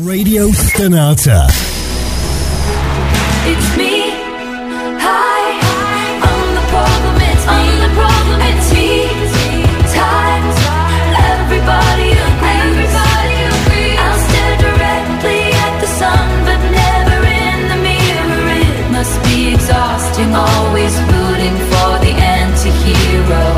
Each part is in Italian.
Radio Stonata. It's me. Hi. I'm the problem. It's me. I'm the problem. It's me. Time. Everybody agrees. I'll stare directly at the sun, but never in the mirror. It must be exhausting, always rooting for the anti-hero.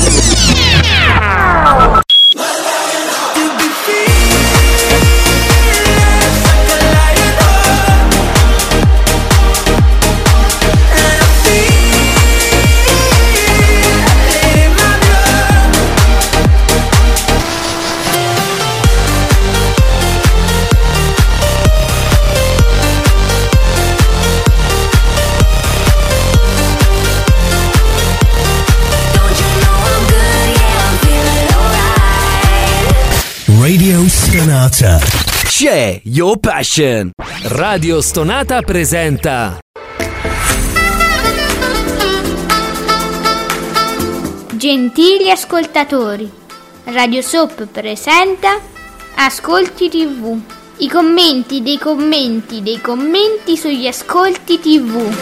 Radio Stonata. Share your passion. Radio Stonata presenta Gentili ascoltatori, Radio Soap presenta Ascolti TV. I commenti dei commenti dei commenti sugli ascolti TV.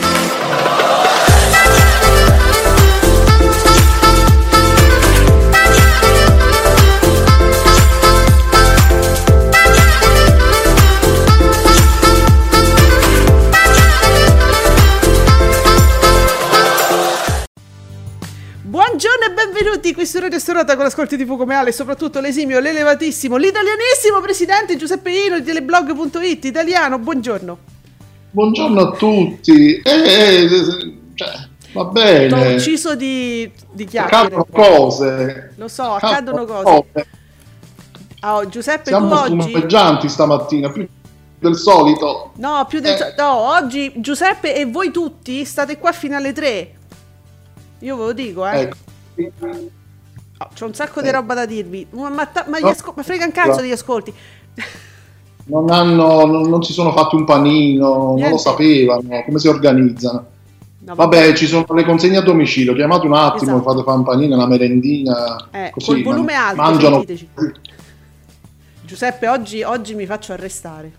Buongiorno e benvenuti qui su Radio Stonata con l'ascolti TV come Ale e soprattutto l'esimio, l'elevatissimo, l'italianissimo presidente Giuseppe Ino di teleblog.it italiano. Buongiorno. Buongiorno a tutti. Va bene. T'ho ucciso di chiacchiere. Accadono cose. Lo so, accadono cose. Oh, Giuseppe, siamo tu oggi spumeggianti stamattina, più del solito. No, più del no, oggi Giuseppe e voi tutti state qua fino alle 3. Io ve lo dico, Ecco. Oh, c'ho un sacco di roba da dirvi. Ma frega un cazzo degli ascolti. Non si sono fatti un panino, Niente. non lo sapevano, come si organizzano. No, Vabbè, ci sono le consegne a domicilio, chiamate un attimo, Esatto. fate fare un panino, una merendina, così col volume alto, mangiano. sentiteci. Giuseppe, oggi mi faccio arrestare.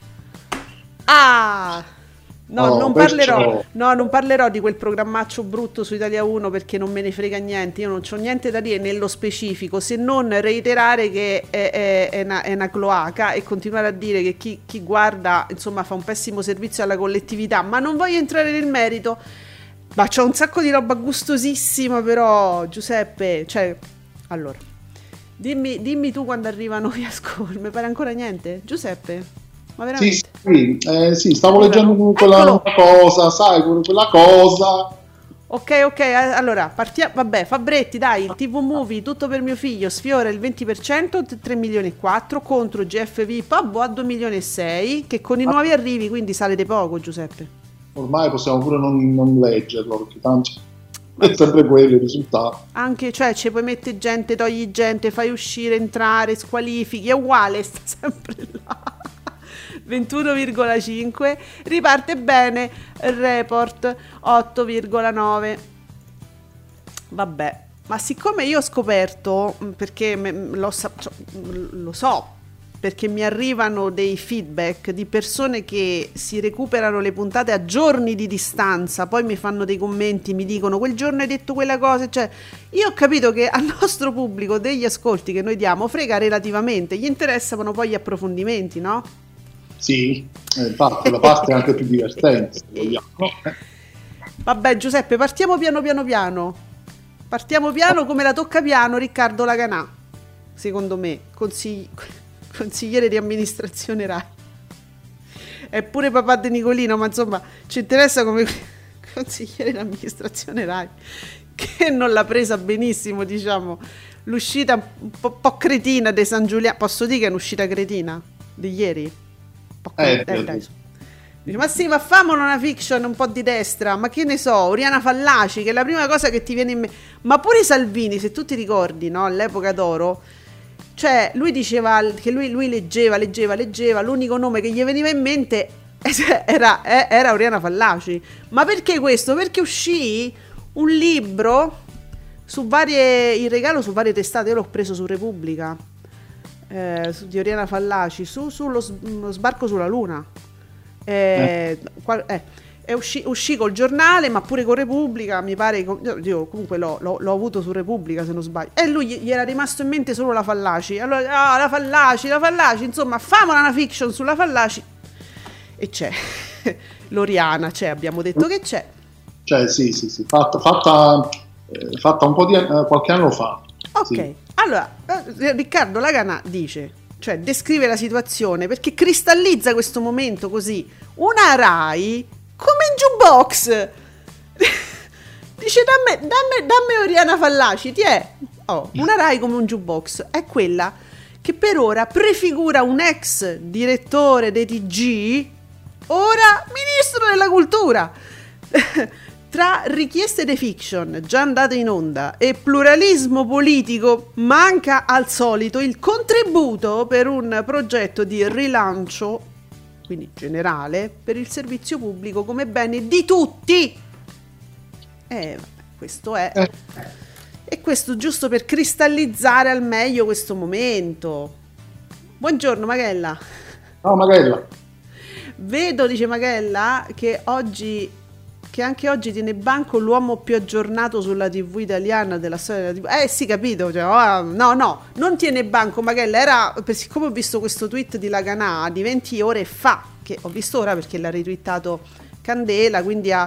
No, non parlerò di quel programmaccio brutto su Italia 1 perché non me ne frega niente, io non c'ho niente da dire nello specifico se non reiterare che è una cloaca e continuare a dire che chi guarda insomma fa un pessimo servizio alla collettività, ma non voglio entrare nel merito. Ma c'ho un sacco di roba gustosissima però, Giuseppe, cioè, allora, dimmi tu quando arrivano gli ascolti, mi pare ancora niente? Giuseppe? Ma veramente? Sì, stavo leggendo quella cosa, sai, quella cosa. Ok, allora partiamo. Vabbè, Fabretti, dai, il TV Movie, tutto per mio figlio, sfiora il 20%, 3 milioni e 4 contro GFV Pabbo a 2 milioni e 6, che con i nuovi arrivi quindi sale di poco, Giuseppe. Ormai possiamo pure non leggerlo, perché tanto è sempre quello il risultato. Anche, cioè, ci puoi mettere gente, togli gente, fai uscire, entrare, squalifichi, è uguale, sta sempre là. 21,5, riparte bene il report 8,9. Vabbè, ma siccome io ho scoperto, perché lo so, perché mi arrivano dei feedback di persone che si recuperano le puntate a giorni di distanza, poi mi fanno dei commenti, mi dicono quel giorno hai detto quella cosa, cioè io ho capito che al nostro pubblico degli ascolti che noi diamo frega relativamente, gli interessano poi gli approfondimenti, no? Sì, infatti la parte è anche più divertente, se vogliamo. Vabbè Giuseppe, partiamo piano. Partiamo piano come la tocca piano Riccardo Laganà, secondo me, consigliere di amministrazione Rai. È pure papà di Nicolino, ma insomma ci interessa come consigliere di amministrazione Rai, che non l'ha presa benissimo, diciamo. L'uscita un po' cretina di San Giuliano, posso dire che è un'uscita cretina di ieri? Dai. Dice, ma sì, ma famolo una fiction un po' di destra, ma che ne so, Oriana Fallaci, che è la prima cosa che ti viene in mente. Ma pure Salvini, se tu ti ricordi, no, all'epoca d'oro, cioè lui diceva che lui leggeva, l'unico nome che gli veniva in mente era Oriana Fallaci. Ma perché questo? Perché uscì un libro in regalo su varie testate, io l'ho preso su Repubblica, di Oriana Fallaci sullo sbarco sulla Luna. Uscì col giornale, ma pure con Repubblica, mi pare. Io comunque l'ho avuto su Repubblica, se non sbaglio. E lui gli era rimasto in mente solo la Fallaci. Allora, la Fallaci, insomma, famola una fiction sulla Fallaci. E c'è l'Oriana, abbiamo detto che c'è. Sì, fatta un po' di qualche anno fa. Ok, sì. Allora Riccardo Laganà dice, cioè descrive la situazione perché cristallizza questo momento così. Una Rai come in jukebox. Dice dammi Oriana Fallaci, ti è. Una Rai come un jukebox è quella che per ora prefigura un ex direttore dei TG, ora ministro della cultura. Tra richieste di fiction già andate in onda e pluralismo politico, manca al solito il contributo per un progetto di rilancio, quindi generale, per il servizio pubblico come bene di tutti. Questo è. E questo giusto per cristallizzare al meglio questo momento. Buongiorno Magella. Ciao Magella. Vedo, dice Magella, che anche oggi tiene banco l'uomo più aggiornato sulla TV italiana della storia della TV. Sì, capito. Cioè, no, non tiene banco Magella. Era, siccome ho visto questo tweet di Laganà di 20 ore fa, che ho visto ora perché l'ha retweetato Candela, quindi ha...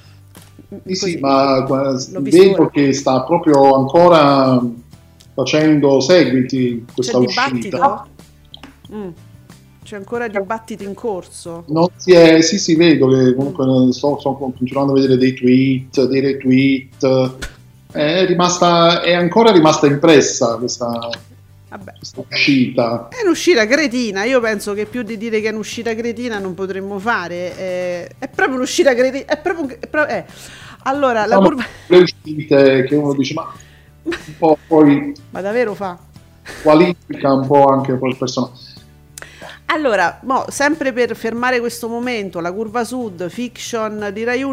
Sì, ma vedo che sta proprio ancora facendo seguiti questa uscita. C'è ancora dibattito in corso. Non si è, sì, vedo che comunque sto continuando a vedere dei tweet, dei retweet. È ancora rimasta impressa questa uscita. È un'uscita cretina. Io penso che più di dire che è un'uscita cretina non potremmo fare. È proprio un'uscita cretina. Allora, la curva... le uscite che uno dice, ma un po' poi. Ma davvero fa? Qualifica un po' anche quel personaggio. Allora, sempre per fermare questo momento, la curva sud, fiction di Rai 1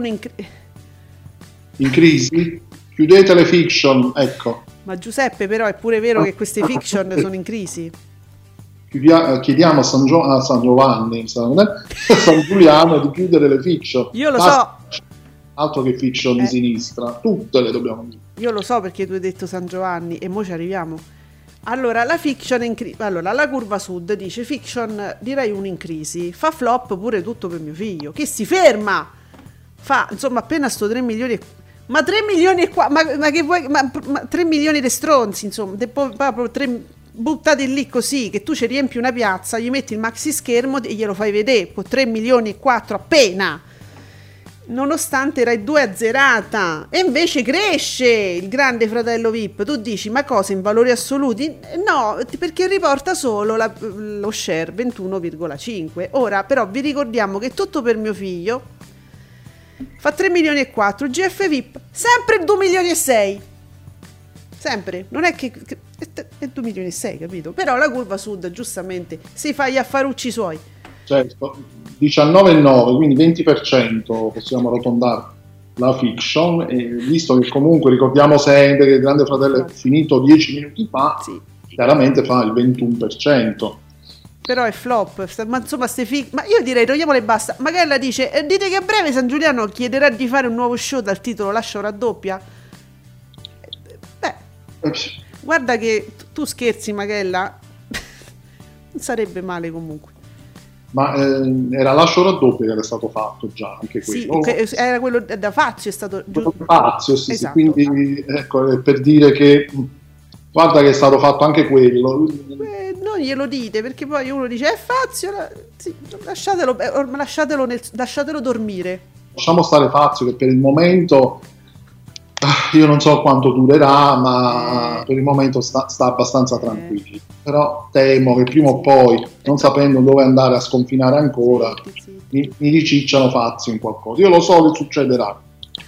in crisi? Chiudete le fiction, ecco. Ma Giuseppe, però è pure vero che queste fiction sono in crisi. Chiediamo a San Giovanni, a San Giuliano di chiudere le fiction. Io lo so. Altro che fiction di sinistra, tutte le dobbiamo dire. Io lo so perché tu hai detto San Giovanni e mo ci arriviamo. Allora, la fiction in crisi. Allora, la curva sud dice fiction di Rai 1 in crisi. Fa flop pure Tutto per mio figlio, che si ferma. Fa, insomma, appena sto 3 milioni. Ma 3 milioni e qua. Ma che vuoi? Ma 3 milioni di stronzi, insomma. Proprio 3 buttati lì così, che tu ci riempi una piazza, gli metti il maxi schermo e glielo fai vedere. Con 3 milioni e 4 appena. Nonostante Rai 2 azzerata, e invece cresce il Grande Fratello VIP. Tu dici, ma cosa, in valori assoluti? No, perché riporta solo lo share 21,5. Ora però vi ricordiamo che Tutto per mio figlio fa 3 milioni e 4, GF VIP sempre 2 milioni e 6, sempre, non è che è 2 milioni e 6, capito? Però la curva sud giustamente si fa gli affarucci suoi. Certo, 19,9, quindi 20% possiamo arrotondare la fiction, e visto che comunque ricordiamo sempre che il Grande Fratello è finito 10 minuti fa, sì, chiaramente fa il 21%. Però è flop, ma insomma ma io direi togliamole e basta. Magella dice, dite che a breve San Giuliano chiederà di fare un nuovo show dal titolo Lascia o raddoppia. Guarda che tu scherzi Magella, non sarebbe male comunque. Ma era Lascio raddoppio che era stato fatto già anche quello. Sì, era quello da Fazio, è stato Fazio, sì, esatto. Sì, quindi ecco, per dire che guarda che è stato fatto anche quello. Non glielo dite, perché poi uno dice Fazio, sì, lasciatelo dormire. Lasciamo stare Fazio, che per il momento io non so quanto durerà, ma per il momento sta abbastanza tranquillo. Però temo che prima o poi, non sapendo dove andare a sconfinare ancora, mi ricicciano Fazio in qualcosa. Io lo so che succederà.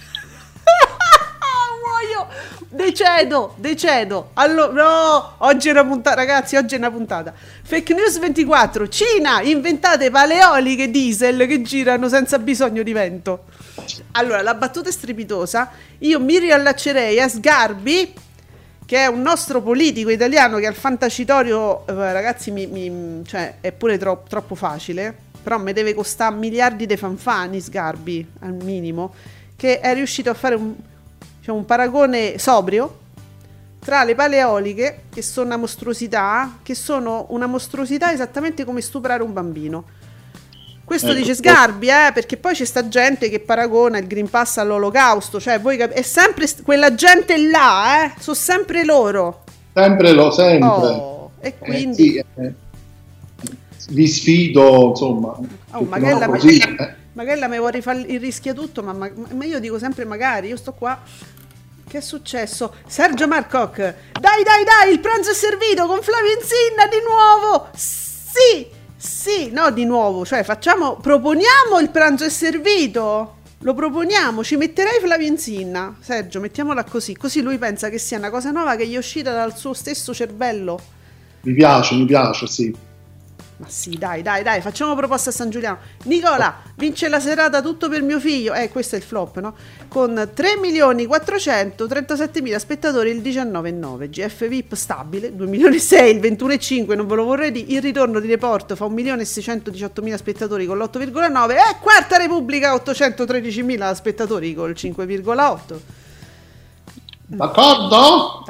Decedo. Allora, no, oggi è una puntata, ragazzi, Fake News 24, Cina, inventate paleoliche diesel che girano senza bisogno di vento. Allora, la battuta è strepitosa. Io mi riallaccerei a Sgarbi che è un nostro politico italiano che al fantacitorio, ragazzi, cioè, è pure troppo facile, però mi deve costare miliardi di fanfani, Sgarbi, al minimo, che è riuscito a fare un paragone sobrio tra le pale eoliche, che sono una mostruosità, esattamente come stuprare un bambino. Questo dice Sgarbi, perché poi c'è sta gente che paragona il Green Pass all'olocausto, cioè è sempre quella gente là, sono sempre loro. Sempre. E quindi vi sfido, insomma. Magari mi vuoi rifare il rischia tutto, ma io dico sempre magari, io sto qua. Che è successo? Sergio Marcoc, dai, il pranzo è servito con Flavio Insinna di nuovo. Sì, no, di nuovo, cioè proponiamo il pranzo è servito, lo proponiamo, ci metterei Flavio Insinna, Sergio, mettiamola così lui pensa che sia una cosa nuova che gli è uscita dal suo stesso cervello. Mi piace, sì. Ma sì, dai, facciamo proposta a San Giuliano. Nicola, vince la serata tutto per mio figlio. Questo è il flop, no? Con 3.437.000 spettatori il 19,9. GF VIP stabile, 2.600.000 il 21,5. Non ve lo vorrei dire. Il ritorno di Report fa 1.618.000 spettatori con l'8,9. E Quarta Repubblica 813.000 spettatori col 5,8. D'accordo?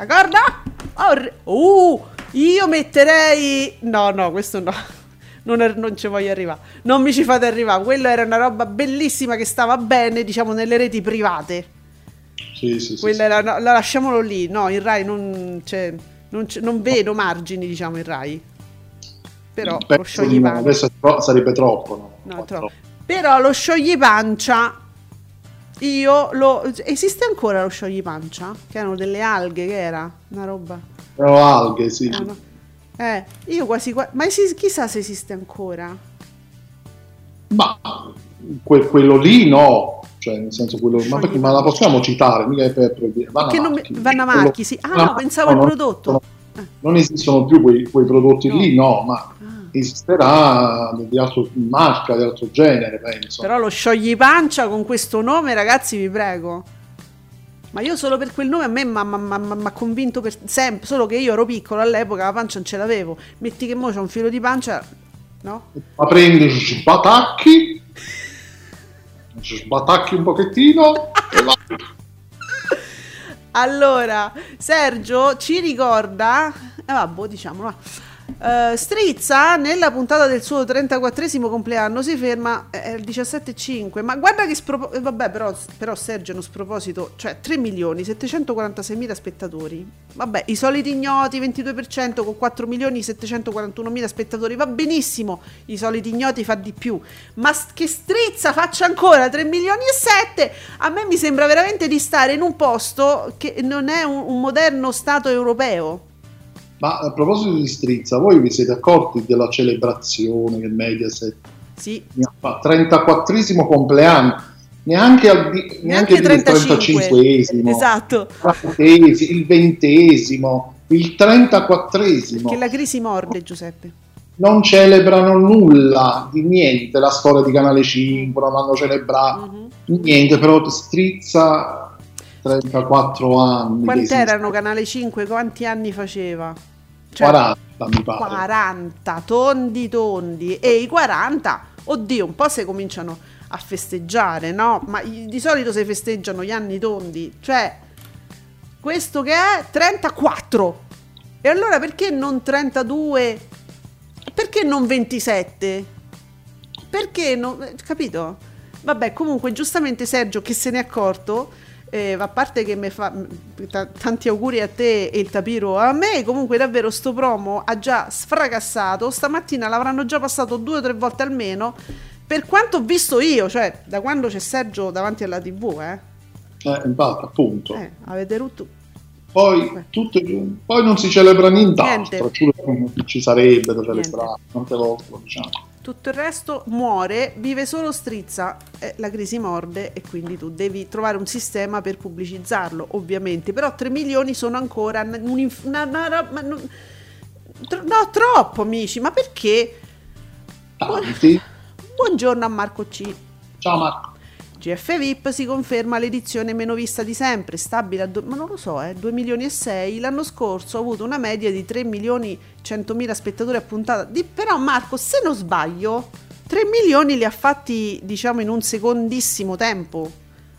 Io metterei... No, questo no. Non ci voglio arrivare. Non mi ci fate arrivare. Quello era una roba bellissima che stava bene, diciamo, nelle reti private. Sì. Quella era, no, lasciamolo lì. No, il Rai non vedo margini, diciamo, il Rai. Però lo scioglipancia... Adesso sarebbe troppo, no, troppo. Però lo scioglipancia... Esiste ancora lo scioglipancia? Che erano delle alghe, che era? Una roba... Però alghe, sì. No. Io quasi... Ma chissà se esiste ancora. Ma quello lì no. Cioè, nel senso quello... Ma la possiamo citare? Mica è per Vanna Marchi, sì. No, pensavo al prodotto. Non esistono più quei prodotti lì, no, ma... esisterà di altro marca, di altro genere, penso. Però lo scioglipancia con questo nome, ragazzi, vi prego. Ma io solo per quel nome a me m'ha convinto per sempre. Solo che io ero piccolo all'epoca, la pancia non ce l'avevo. Metti che mo c'è un filo di pancia, no? Ma prendi, sbatacchi un pochettino e va. Allora, Sergio ci ricorda, diciamolo, Strizza nella puntata del suo 34esimo compleanno si ferma al 17,5. Ma guarda che vabbè, però Sergio, uno sproposito, cioè 3.746.000 spettatori. Vabbè, i soliti ignoti 22% con 4.741.000 spettatori, va benissimo. I soliti ignoti fa di più, ma che Strizza faccia ancora 3.700.000, a me mi sembra veramente di stare in un posto che non è un moderno stato europeo. Ma a proposito di Strizza, voi vi siete accorti della celebrazione che Mediaset fa? 34esimo compleanno, neanche il 35esimo, esatto, il 20esimo, il 34esimo. Che la crisi morde, Giuseppe. Non celebrano nulla di niente, la storia di Canale 5 non hanno celebrato niente, però Strizza 34 anni. Quant'erano Canale 5? Quanti anni faceva? Cioè, 40 mi pare. 40 tondi e i 40, oddio, un po' si cominciano a festeggiare, no? Ma di solito si festeggiano gli anni tondi, cioè questo che è 34, e allora perché non 32? Perché non 27? Perché non, capito? Vabbè, comunque giustamente Sergio, che se ne è accorto, a parte che mi fa tanti auguri a te e il tapiro a me, comunque davvero sto promo ha già sfracassato, stamattina l'avranno già passato 2 o 3 volte almeno, per quanto ho visto io, cioè da quando c'è Sergio davanti alla TV, infatti, appunto, avete rotto. Poi non si celebra nient'altro, ci sarebbe da celebrare, tante volte lo diciamo. Tutto il resto muore, vive solo Strizza, la crisi morde e quindi tu devi trovare un sistema per pubblicizzarlo, ovviamente, però 3 milioni sono ancora troppo, amici, ma perché? Tanti. Buongiorno a Marco C. Ciao Marco. GF VIP si conferma l'edizione meno vista di sempre, stabile ma non lo so, 2 milioni e 6. L'anno scorso ha avuto una media di 3 milioni 100.000 spettatori a puntata. Però Marco, se non sbaglio, 3 milioni li ha fatti, diciamo, in un secondissimo tempo.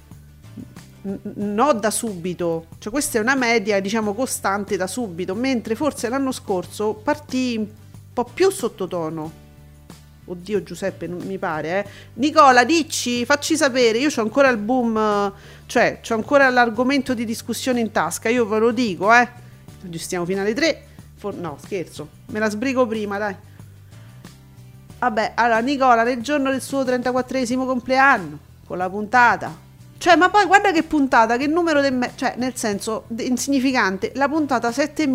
No, da subito. Cioè questa è una media, diciamo, costante da subito, mentre forse l'anno scorso partì un po' più sottotono. Oddio Giuseppe, non mi pare, Nicola, dici, facci sapere, io c'ho ancora il boom, cioè c'ho ancora l'argomento di discussione in tasca, io ve lo dico, stiamo fino alle 3, no scherzo, me la sbrigo prima, dai. Vabbè, allora Nicola, nel giorno del suo 34esimo compleanno, con la puntata, cioè ma poi guarda che puntata, che numero cioè nel senso insignificante, la puntata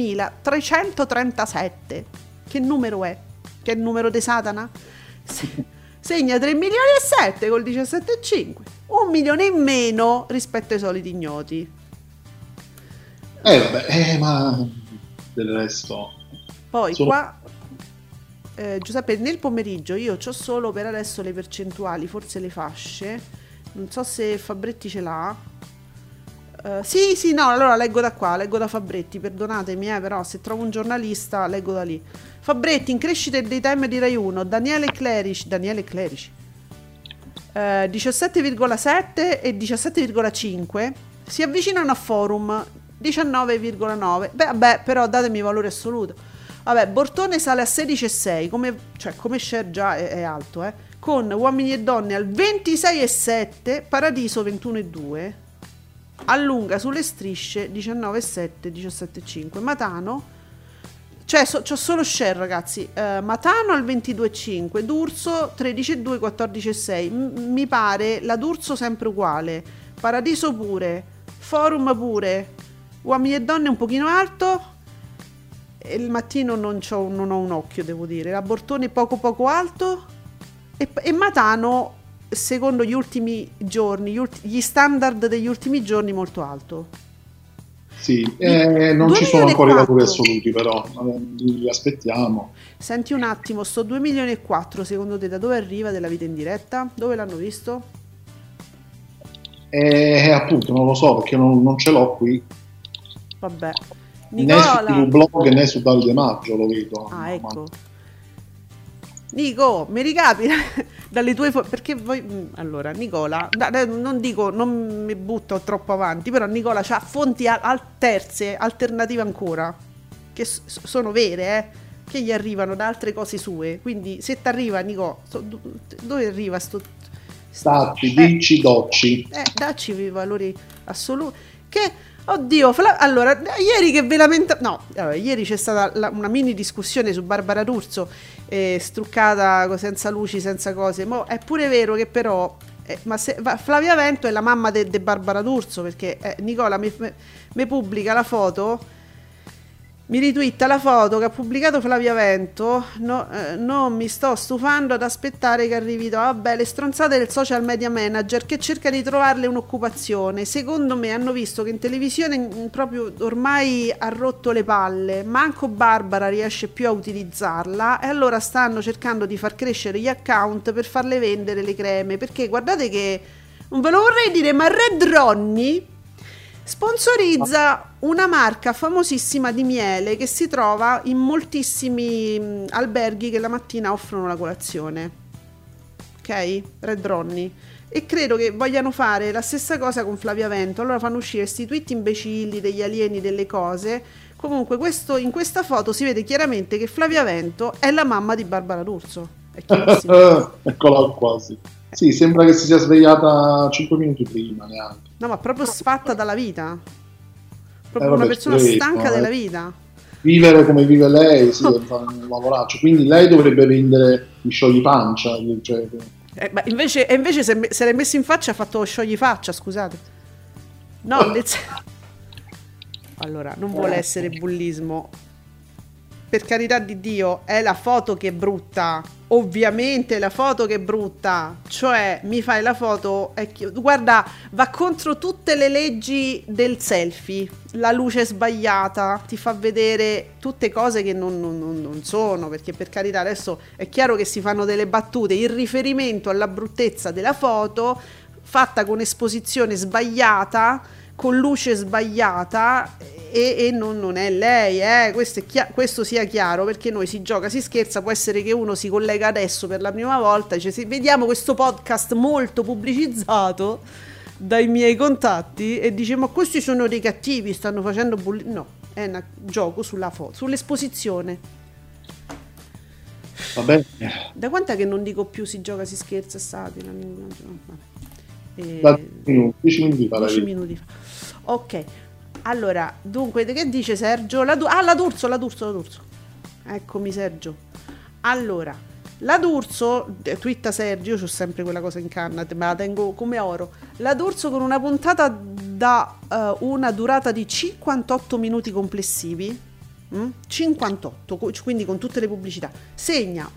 7337, che numero è? Che è il numero di Satana? Segna 3 milioni e 7 col 17,5, 1 milione in meno rispetto ai soliti ignoti. Vabbè, ma del resto poi qua Giuseppe, nel pomeriggio io c'ho solo per adesso le percentuali, forse le fasce, non so se Fabretti ce l'ha. Sì, no, allora leggo da qua, leggo da Fabretti, perdonatemi, però se trovo un giornalista leggo da lì. Fabretti, in crescita il daytime di Rai 1, Daniele Clerici 17,7 e 17,5, si avvicinano a Forum 19,9. Vabbè, però datemi valore assoluto. Vabbè, Bortone sale a 16,6, come share già è alto, con Uomini e Donne al 26,7, Paradiso 21,2, allunga sulle strisce 19,7, 17,5, Matano, cioè c'ho solo share ragazzi, Matano al 22,5, D'Urso 13,2, 14,6, mi pare la D'Urso sempre uguale, Paradiso pure, Forum pure, Uomini e Donne un pochino alto, e il mattino non ho un occhio, devo dire, la Bortone poco alto, e Matano secondo gli ultimi giorni, gli standard degli ultimi giorni molto alto. Sì, non ci sono ancora i valori assoluti, però li aspettiamo. Senti un attimo, sto 2 milioni e 4 secondo te da dove arriva della vita in diretta? Dove l'hanno visto? Appunto non lo so perché non ce l'ho qui. Vabbè, Nicola, né sul blog né su Davide Maggio lo vedo. Ah, ecco. Nico, mi ricapita dalle tue perché voi allora Nicola, non mi butto troppo avanti, però Nicola c'ha fonti terze, alternative ancora, che sono vere, che gli arrivano da altre cose sue. Quindi se ti arriva Nico, dove arriva Stati, dici, docci. Dacci i valori assoluti. Che oddio, allora, ieri che ve lamenta... No, ieri c'è stata una mini discussione su Barbara D'Urso, struccata senza luci, senza cose. È pure vero che però... Flavia Vento è la mamma di Barbara D'Urso, perché Nicola mi pubblica la foto, mi ritwitta la foto che ha pubblicato Flavia Vento, non mi sto stufando ad aspettare che arrivi. Vabbè, le stronzate del social media manager che cerca di trovarle un'occupazione. Secondo me hanno visto che in televisione proprio ormai ha rotto le palle, manco Barbara riesce più a utilizzarla, e allora stanno cercando di far crescere gli account per farle vendere le creme, perché guardate che, non ve lo vorrei dire, ma Red Ronnie sponsorizza una marca famosissima di miele che si trova in moltissimi alberghi che la mattina offrono la colazione. Ok? Red Ronnie. E credo che vogliano fare la stessa cosa con Flavia Vento. Allora fanno uscire questi tweet imbecilli degli alieni, delle cose. Comunque in questa foto si vede chiaramente che Flavia Vento è la mamma di Barbara D'Urso. È chiarissimo. Eccola quasi. Sì, sembra che si sia svegliata 5 minuti prima neanche. No, ma proprio sfatta dalla vita. Proprio una persona stanca della vita. Vivere come vive lei, sì, fa un lavoraccio. Quindi lei dovrebbe vendere gli scioglipancia. Cioè... invece se l'è messo in faccia ha fatto scioglifaccia, scusate. No, allora, non vuole essere bullismo. Per carità di Dio, è la foto che è brutta. Ovviamente la foto che è brutta. Cioè, mi fai la foto, guarda, va contro tutte le leggi del selfie. La luce sbagliata, ti fa vedere tutte cose che non sono. Perché per carità, adesso è chiaro che si fanno delle battute. Il riferimento alla bruttezza della foto fatta con esposizione sbagliata, con luce sbagliata, e non è lei, questo sia chiaro, perché noi si gioca, si scherza, può essere che uno si collega adesso per la prima volta, dice vediamo questo podcast molto pubblicizzato dai miei contatti e dice ma questi sono dei cattivi, stanno facendo bullismo. No, è un gioco sulla foto, sull'esposizione. Va bene. Da quant'è che non dico più si gioca, si scherza, satira? Da 10 minuti fa. 10 minuti fa. Ok, allora, dunque, che dice Sergio? La D'Urso. Eccomi Sergio. Allora, la D'Urso, twitta Sergio, io c'ho sempre quella cosa in canna, me la tengo come oro. La D'Urso con una puntata da una durata di 58 minuti complessivi, 58, quindi con tutte le pubblicità, segna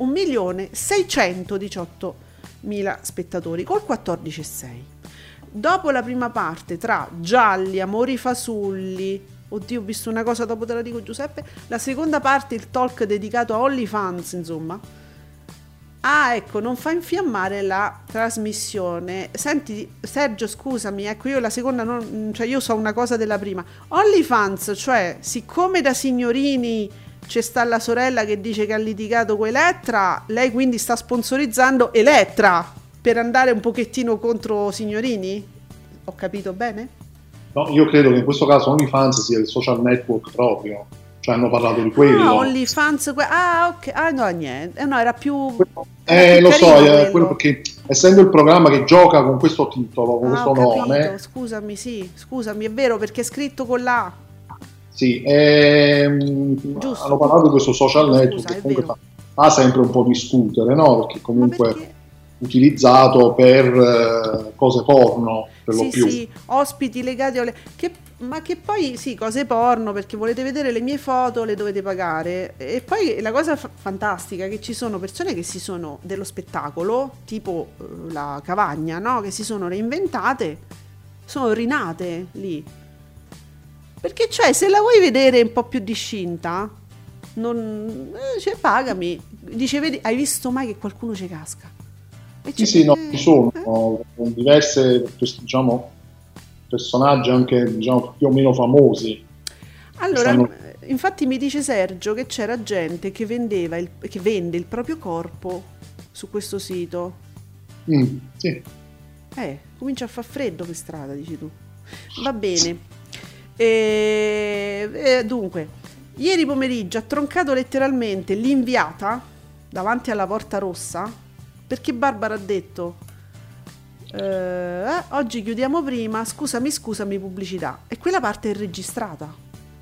1.618.000 spettatori col 14,6. Dopo la prima parte tra gialli, amori fasulli, oddio ho visto una cosa, dopo te la dico Giuseppe, la seconda parte il talk dedicato a OnlyFans, insomma. Ecco, non fa infiammare la trasmissione. Senti Sergio, scusami, ecco, io la seconda cioè io so una cosa della prima. OnlyFans, cioè siccome da signorini c'è sta la sorella che dice che ha litigato con Elettra, lei quindi sta sponsorizzando Elettra per andare un pochettino contro signorini? Ho capito bene? No, io credo che in questo caso OnlyFans sia il social network proprio. Cioè hanno parlato di quello. OnlyFans, ok, no, niente, no, era più lo so, quello perché essendo il programma che gioca con questo titolo, con questo nome. Scusami, è vero, perché è scritto con la A. Sì, giusto. Hanno parlato di questo social network che comunque fa sempre un po' discutere, no? Perché comunque utilizzato per cose porno per lo più. Sì, ospiti legati ma che poi cose porno, perché volete vedere le mie foto le dovete pagare. E poi la cosa fantastica è che ci sono persone che si sono dello spettacolo, tipo la Cavagna, no? Che si sono reinventate, sono rinate lì, perché cioè se la vuoi vedere un po' più discinta cioè pagami, dice vedi, hai visto mai che qualcuno ci casca? Sì, no, ci sono diverse, diciamo, personaggi anche, diciamo, più o meno famosi. Allora, infatti mi dice Sergio che c'era gente che che vende il proprio corpo su questo sito. Sì. Comincia a far freddo per strada, dici tu. Va bene. Dunque, ieri pomeriggio ha troncato letteralmente l'inviata davanti alla Porta Rossa, perché Barbara ha detto oggi chiudiamo prima, scusami pubblicità, e quella parte è registrata.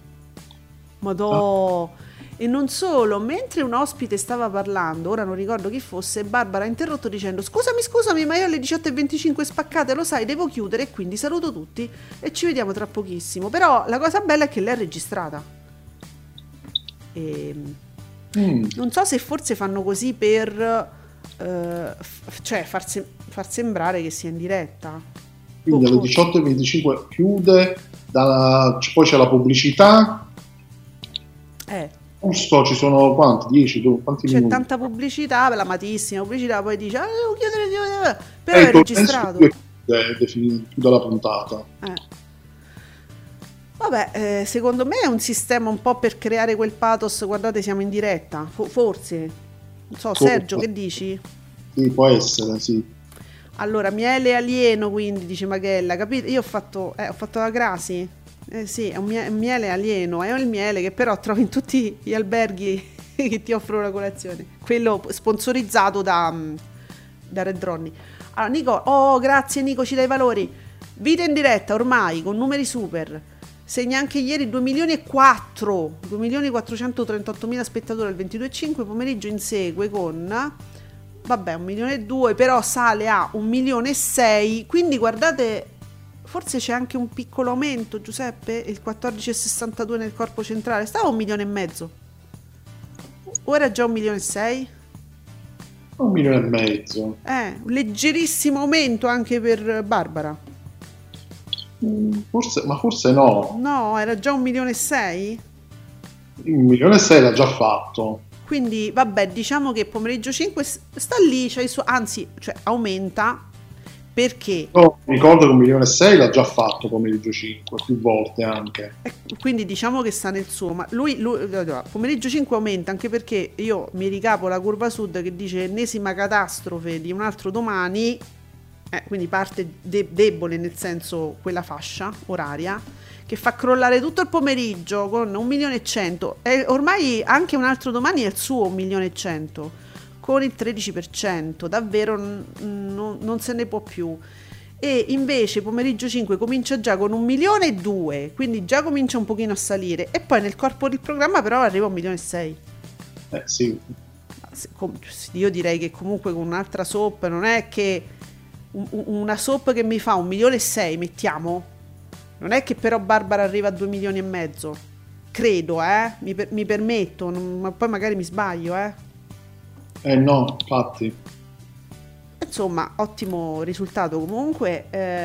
Madò. E non solo, mentre un ospite stava parlando, ora non ricordo chi fosse, Barbara ha interrotto dicendo scusami, ma io alle 18:25 spaccate, lo sai, devo chiudere, e quindi saluto tutti e ci vediamo tra pochissimo. Però la cosa bella è che l'è registrata. Non so se forse fanno così per cioè far sembrare che sia in diretta. Quindi alle 18:25 chiude, poi c'è la pubblicità. Giusto, ci sono quanti? 10? Quanti c'è minuti? Tanta pubblicità, la matissima pubblicità, poi dice devo chiudere, però è registrato. Chiude la puntata. Vabbè, secondo me è un sistema un po' per creare quel pathos, guardate siamo in diretta, forse. Non so, Sergio, che dici? Sì, può essere, sì. Allora, miele alieno, quindi, dice Maghella, capite? Io ho fatto la Grasi. Sì, è un miele alieno, è il miele che però trovi in tutti gli alberghi che ti offrono la colazione. Quello sponsorizzato da Red Ronnie. Allora, Nico, grazie Nico, ci dai i valori. Vita in diretta, ormai, con numeri super. Segna anche ieri 2.438.000 spettatori al 22,5, pomeriggio insegue con 1,2 milioni, però sale a 1,6 milioni, quindi guardate, forse c'è anche un piccolo aumento, Giuseppe, il 14,62 nel corpo centrale, stava 1,5 milioni, o era già 1,6 milioni? 1,5 milioni. Un leggerissimo aumento anche per Barbara. Forse no. No, era già 1,6 milioni. 1,6 milioni l'ha già fatto. Quindi vabbè, diciamo che pomeriggio 5 sta lì, anzi, aumenta, Perché? Io ricordo che 1,6 milioni l'ha già fatto pomeriggio 5, più volte anche. Quindi diciamo che sta nel suo, ma lui pomeriggio 5 aumenta anche perché io mi ricapo la curva sud che dice ennesima catastrofe di un altro domani, quindi parte debole, nel senso quella fascia oraria che fa crollare tutto il pomeriggio con 1,1 milioni e ormai anche un altro domani è il suo 1,1 milioni con il 13%, davvero non se ne può più. E invece pomeriggio 5 comincia già con 1,2 milioni, quindi già comincia un pochino a salire, e poi nel corpo del programma però arriva a 1,6 milioni. Sì. Io direi che comunque con un'altra soap non è che una soap che mi fa 1,6 milioni, mettiamo, non è che però Barbara arriva a 2,5 milioni, credo, mi permetto, ma poi magari mi sbaglio, No, infatti. Insomma, ottimo risultato comunque.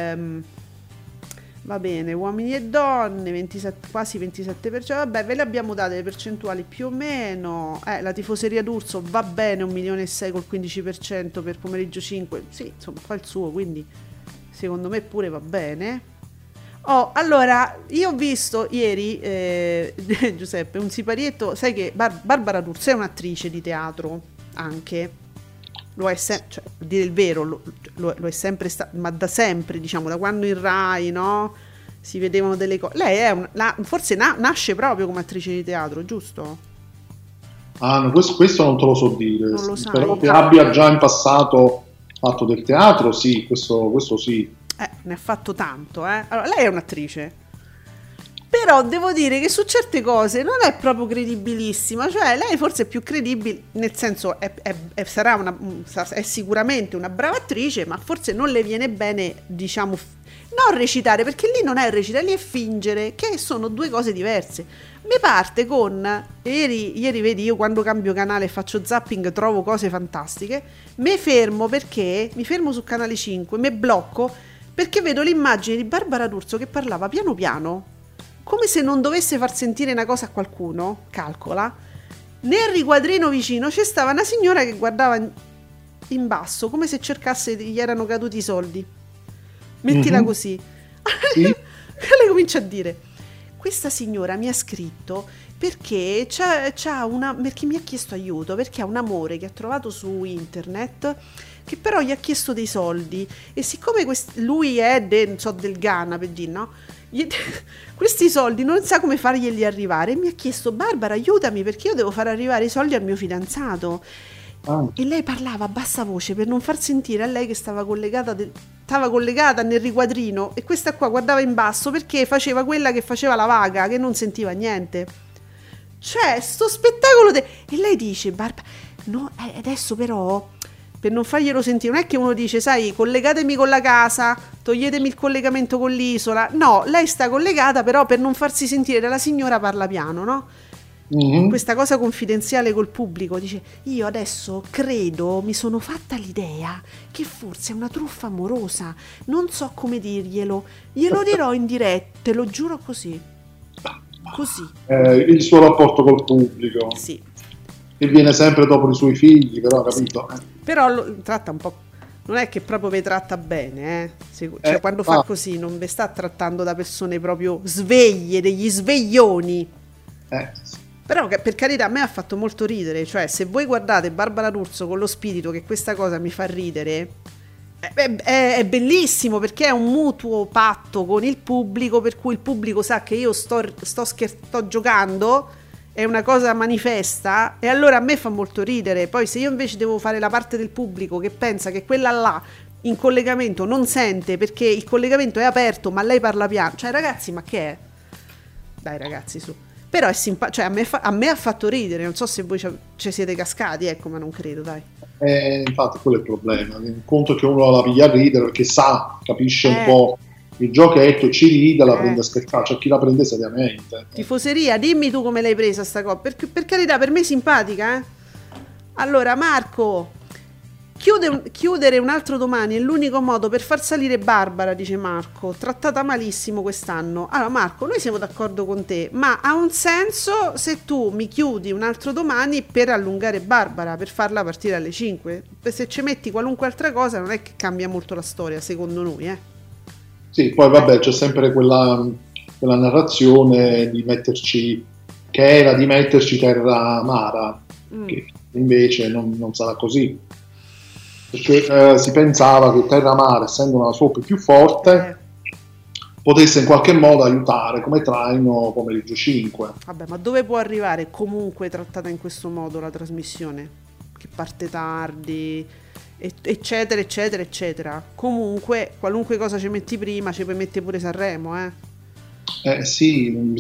Va bene, uomini e donne, 27, quasi 27%. Vabbè, ve le abbiamo date le percentuali più o meno. La tifoseria d'Urso va bene, 1,6 milioni col 15% per pomeriggio 5. Sì, insomma, fa il suo, quindi secondo me pure va bene. Allora, io ho visto ieri, Giuseppe, un siparietto. Sai che Barbara D'Urso è un'attrice di teatro, anche lo è cioè, a dire il vero, lo è sempre stato, ma da sempre, diciamo, da quando in Rai, no? Si vedevano delle cose. Lei è forse nasce proprio come attrice di teatro, giusto? No, questo non te lo so dire. Non lo sai. Però che abbia già in passato fatto del teatro, sì, questo sì. Ne ha fatto tanto, Allora, lei è un'attrice, però devo dire che su certe cose non è proprio credibilissima, cioè lei forse è più credibile, nel senso è sicuramente una brava attrice, ma forse non le viene bene, diciamo, non recitare, perché lì non è recitare, lì è fingere, che sono due cose diverse. Mi parte con ieri vedi, io quando cambio canale e faccio zapping trovo cose fantastiche, mi fermo su canale 5, mi blocco perché vedo l'immagine di Barbara D'Urso che parlava piano piano, come se non dovesse far sentire una cosa a qualcuno, calcola. Nel riquadrino vicino c'è stava una signora che guardava in basso, come se cercasse, gli erano caduti i soldi. Mettila così. Sì. Lei comincia a dire: questa signora mi ha scritto perché perché mi ha chiesto aiuto, perché ha un amore che ha trovato su internet, che però gli ha chiesto dei soldi, e siccome lui è del Ghana, per dire, no? Questi soldi non sa come farglieli arrivare, e mi ha chiesto: Barbara, aiutami, perché io devo far arrivare i soldi al mio fidanzato. E lei parlava a bassa voce per non far sentire a lei che stava collegata nel riquadrino, e questa qua guardava in basso perché faceva quella che faceva la vaga, che non sentiva niente. Cioè, sto spettacolo e lei dice: Barbara, no, adesso però, per non farglielo sentire, non è che uno dice: sai, collegatemi con la casa, toglietemi il collegamento con l'isola. No, lei sta collegata, però per non farsi sentire, la signora parla piano, no? Questa cosa confidenziale col pubblico, dice: io adesso credo, mi sono fatta l'idea che forse è una truffa amorosa, non so come dirglielo, glielo dirò in diretta, te lo giuro, così il suo rapporto col pubblico, sì, che viene sempre dopo i suoi figli, però, capito? Sì. Però lo tratta un po', non è che proprio vi tratta bene, cioè quando fa così non vi sta trattando da persone proprio sveglie, degli sveglioni. Sì. Però, per carità, a me ha fatto molto ridere, cioè se voi guardate Barbara D'Urso con lo spirito che questa cosa mi fa ridere, è bellissimo, perché è un mutuo patto con il pubblico, per cui il pubblico sa che io sto giocando, è una cosa manifesta, e allora a me fa molto ridere. Poi se io invece devo fare la parte del pubblico che pensa che quella là in collegamento non sente perché il collegamento è aperto ma lei parla piano, cioè ragazzi, ma che è? Dai ragazzi, su. Però è simpatico, cioè a me ha fatto ridere, non so se voi ci siete cascati, ecco, ma non credo, dai. Infatti quello è il problema, il conto è che uno la piglia a ridere perché capisce un po' il giochetto, ci ride, la prende a scherzare, c'è chi la prende seriamente. Tifoseria, dimmi tu come l'hai presa sta cosa, per carità, per me è simpatica, Allora Marco, chiudere un altro domani è l'unico modo per far salire Barbara, dice Marco, trattata malissimo quest'anno. Allora Marco, noi siamo d'accordo con te, ma ha un senso se tu mi chiudi un altro domani per allungare Barbara, per farla partire alle 5? Se ci metti qualunque altra cosa non è che cambia molto la storia, secondo noi, Sì, poi vabbè, c'è sempre quella narrazione di metterci, che era di metterci Terra Mara, che invece non sarà così, perché si pensava che Terra Mara, essendo una soap più forte, potesse in qualche modo aiutare come traino Pomeriggio 5. Vabbè, ma dove può arrivare comunque trattata in questo modo la trasmissione? Che parte tardi, eccetera, eccetera, eccetera. Comunque, qualunque cosa ci metti prima, ci puoi mettere pure Sanremo, Sì,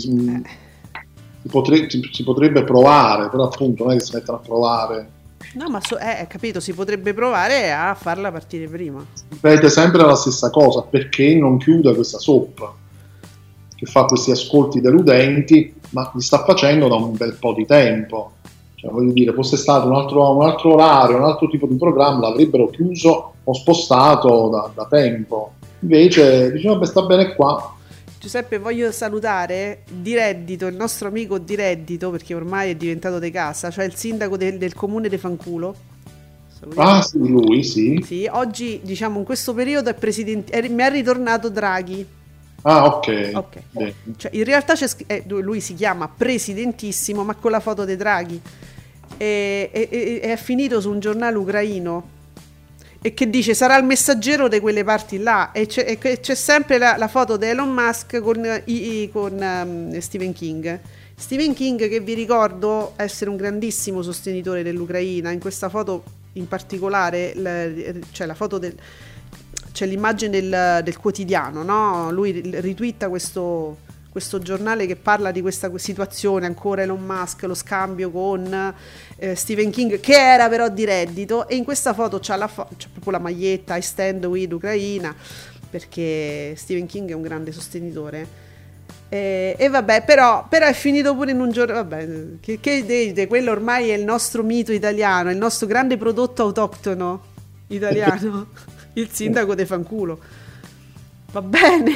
si potrebbe provare, però appunto non è che si mettono a provare. No, ma capito, si potrebbe provare a farla partire prima. Ripete sempre la stessa cosa, perché non chiude questa soap che fa questi ascolti deludenti, ma li sta facendo da un bel po' di tempo. Cioè, voglio dire, fosse stato un altro orario, un altro tipo di programma, l'avrebbero chiuso o spostato da tempo. Invece diciamo, beh, sta bene qua. Giuseppe, voglio salutare Di Reddito, il nostro amico Di Reddito, perché ormai è diventato de casa, cioè il sindaco del comune di Fanculo. Salutiamo. Ah sì, lui, sì. Sì, oggi, diciamo, in questo periodo mi è ritornato Draghi. Ah, ok. Cioè, in realtà lui si chiama Presidentissimo, ma con la foto di Draghi. E è finito su un giornale ucraino. E che dice sarà il messaggero di quelle parti là, e c'è sempre la foto di Elon Musk con Stephen King che vi ricordo essere un grandissimo sostenitore dell'Ucraina. In questa foto in particolare c'è la foto c'è l'immagine del quotidiano, no? Lui ritwitta questo giornale che parla di questa situazione, ancora Elon Musk, lo scambio con Stephen King, che era però Di Reddito, e in questa foto c'è proprio la maglietta I stand with Ucraina, perché Stephen King è un grande sostenitore. E vabbè, però è finito pure in un giorno, vabbè, che dite, quello ormai è il nostro mito italiano, il nostro grande prodotto autoctono italiano, il sindaco de Fanculo. Va bene.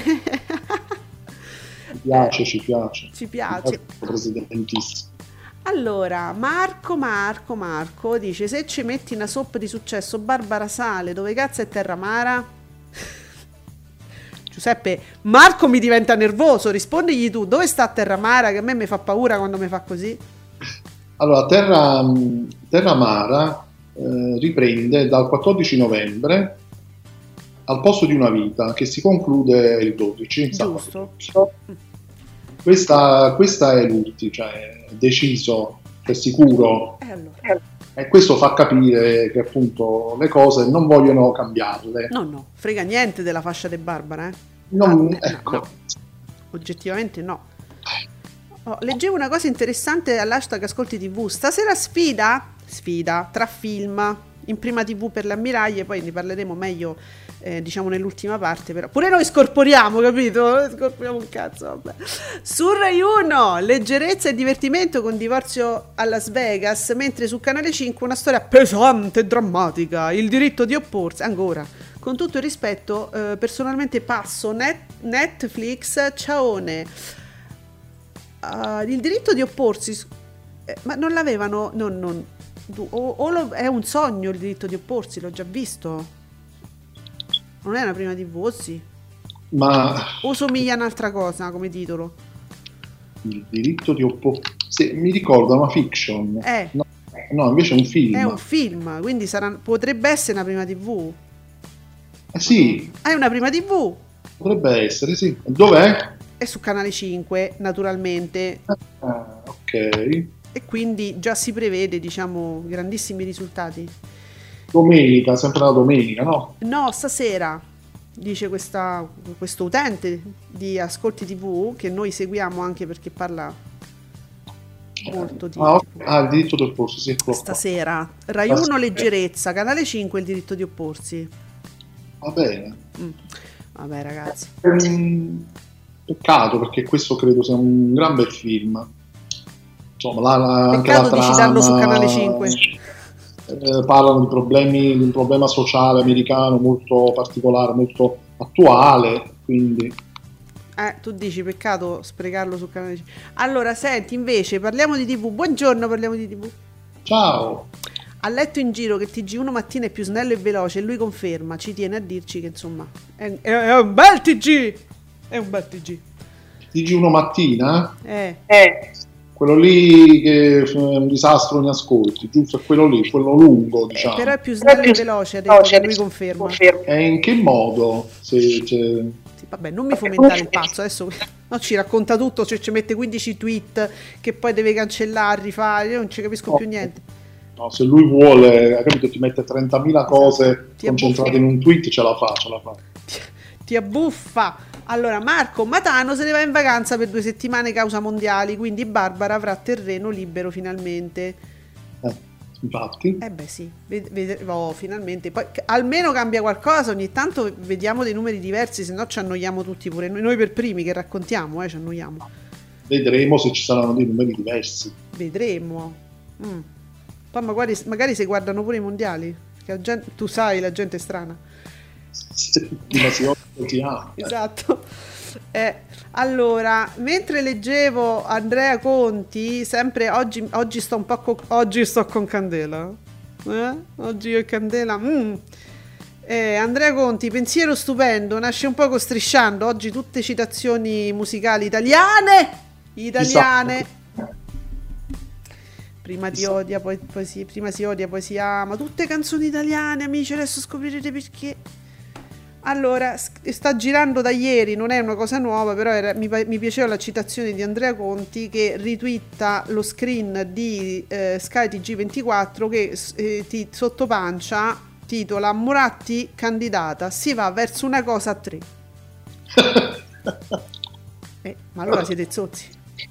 Ci piace. Presidentissimo. Allora, Marco dice: se ci metti una soap di successo, Barbara sale, dove cazzo è Terramara? Giuseppe, Marco mi diventa nervoso, rispondigli tu, dove sta Terramara, che a me mi fa paura quando mi fa così. Allora, Terramara riprende dal 14 novembre Al posto di una vita, che si conclude il 12. Giusto. Questa è l'ultima, cioè deciso, è sicuro. Allora. E questo fa capire che appunto le cose non vogliono cambiarle. No, frega niente della fascia di Barbara, Ecco. No. Oggettivamente no. Leggevo una cosa interessante all'hashtag Ascolti TV. Stasera sfida tra film in prima TV per le ammiraglie, poi ne parleremo meglio diciamo nell'ultima parte, però pure noi scorporiamo, capito? Scorporiamo un cazzo, vabbè. Su Rai 1 leggerezza e divertimento con Divorzio a Las Vegas, mentre su Canale 5 una storia pesante e drammatica, Il diritto di opporsi. Ancora, con tutto il rispetto, personalmente passo Netflix, ciaone. Il diritto di opporsi, ma non l'avevano, è un sogno il diritto di opporsi, l'ho già visto. Non è una prima TV, sì. Ma o somiglia a un'altra cosa come titolo? Il diritto di opporsi, sì, mi ricorda una fiction. No, invece è un film. È un film, quindi potrebbe essere una prima TV. Sì. È una prima TV. Potrebbe essere, sì. Dov'è? È su Canale 5, naturalmente. Ok. E quindi già si prevede, diciamo, grandissimi risultati. Domenica, sempre la domenica, no? No, stasera, dice questo utente di Ascolti TV, che noi seguiamo anche perché parla molto di il diritto di opporsi, sì, stasera. Rai 1 leggerezza, Canale 5 il diritto di opporsi. Va bene. Vabbè, ragazzi. Peccato, perché questo credo sia un gran bel film. Insomma, anche la peccato di trama... citarlo su Canale 5. parlano di un problema sociale americano molto particolare, molto attuale, quindi... Tu dici peccato sprecarlo sul canale. Allora, senti, invece, parliamo di TV. Buongiorno, parliamo di TV. Ciao! Ha letto in giro che TG1 mattina è più snello e veloce e lui conferma, ci tiene a dirci che insomma è un bel TG! È un bel TG. TG1 mattina? Eh. Quello lì che è un disastro in ascolti, giusto? È quello lì, quello lungo, diciamo. Però è più snello e veloce, ha detto che lui conferma. E in che modo? Sì, vabbè, non mi fomentare il pazzo, adesso no, ci racconta tutto, cioè ci mette 15 tweet che poi deve cancellare, rifare, io non ci capisco più niente. No, se lui vuole, capito, ti mette 30.000 cose Ti concentrate abbuffa. in un tweet, ce la fa. Ti abbuffa. Allora, Marco Matano se ne va in vacanza per 2 settimane causa mondiali, quindi Barbara avrà terreno libero finalmente. Infatti. Beh sì, finalmente. Poi almeno cambia qualcosa, ogni tanto vediamo dei numeri diversi, se no ci annoiamo tutti pure noi per primi che raccontiamo, ci annoiamo. Vedremo se ci saranno dei numeri diversi. Vedremo. Poi magari se guardano pure i mondiali, che la gente, tu sai, la gente è strana. Prima si odia, poi si ama. Esatto. Allora, mentre leggevo Andrea Conti, sempre oggi sto un po' oggi sto con Candela. Oggi io e Candela. Andrea Conti, pensiero stupendo, nasce un poco strisciando. Oggi tutte citazioni musicali italiane. Prima ti odia, prima si odia, poi si ama. Tutte canzoni italiane, amici, adesso scoprirete perché. Allora, sta girando da ieri, non è una cosa nuova, però mi piaceva la citazione di Andrea Conti che ritwitta lo screen di Sky TG24 che sotto pancia titola Moratti candidata, si va verso una cosa a 3. Ma allora siete zozzi.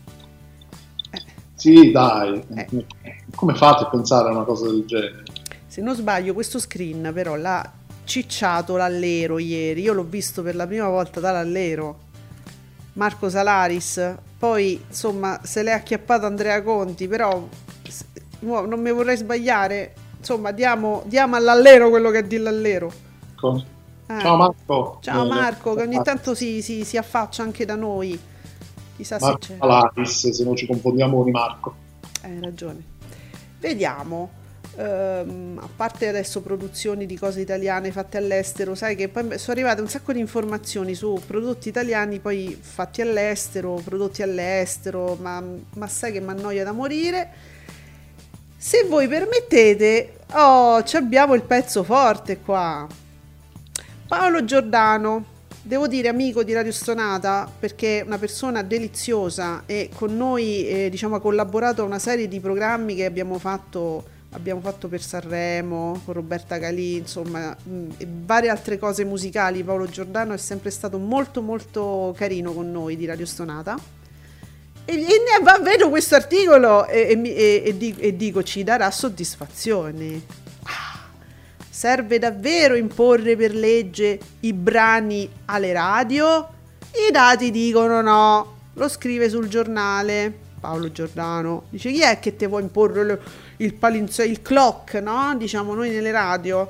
Sì, dai. Come fate a pensare a una cosa del genere? Se non sbaglio, questo screen però l'ha cicciato l'Allero ieri. Io l'ho visto per la prima volta dall'Allero, Marco Salaris. Poi insomma se l'è acchiappato Andrea Conti, però non mi vorrei sbagliare. Insomma, diamo all'Allero quello che è di l'Allero. Ciao Marco. Ciao Marco, che ogni tanto si affaccia anche da noi. Chissà Marco se c'è. Salaris, se non ci confondiamo con i Marco. Hai ragione. Vediamo. A parte adesso produzioni di cose italiane fatte all'estero, sai che poi sono arrivate un sacco di informazioni su prodotti italiani poi fatti all'estero, prodotti all'estero, ma sai che mi annoia da morire. Se voi permettete, ci abbiamo il pezzo forte qua. Paolo Giordano, devo dire amico di Radio Stonata, perché è una persona deliziosa e con noi diciamo ha collaborato a una serie di programmi che abbiamo fatto per Sanremo, con Roberta Calì, insomma, e varie altre cose musicali. Paolo Giordano è sempre stato molto molto carino con noi di Radio Stonata. E vedo questo articolo e dico ci darà soddisfazione. Serve davvero imporre per legge i brani alle radio? I dati dicono no. Lo scrive sul giornale Paolo Giordano. Dice chi è che te vuoi imporre il clock, no? Diciamo noi nelle radio.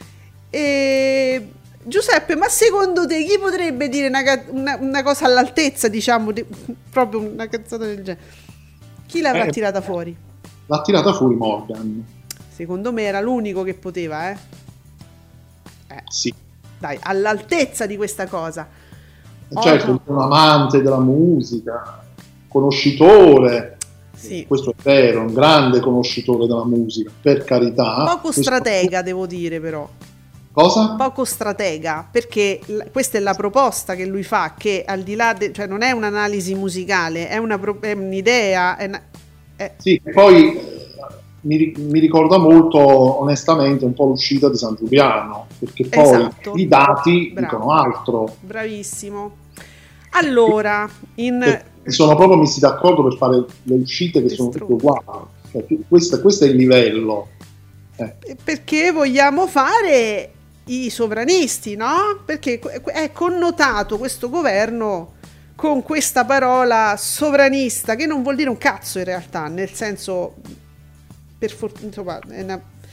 E Giuseppe, ma secondo te chi potrebbe dire una cosa all'altezza, diciamo, proprio una cazzata del genere? Chi l'avrà tirata fuori? L'ha tirata fuori Morgan. Secondo me era l'unico che poteva, Sì. Dai, all'altezza di questa cosa. Certo, un amante della musica, conoscitore. Sì. Questo è vero, un grande conoscitore della musica, per carità. Poco stratega, devo dire, però. Cosa? Poco stratega, perché questa è la proposta che lui fa, che al di là, cioè non è un'analisi musicale, è un'idea. Sì, poi mi ricorda molto, onestamente, un po' l'uscita di San Giuliano, perché poi Esatto. i dati Bravo. dicono altro. Bravissimo. Allora, Sono proprio messi d'accordo per fare le uscite che sono tutte uguali. Cioè, questo è il livello. perché vogliamo fare i sovranisti, no? Perché è connotato questo governo con questa parola sovranista, che non vuol dire un cazzo in realtà, nel senso, insomma,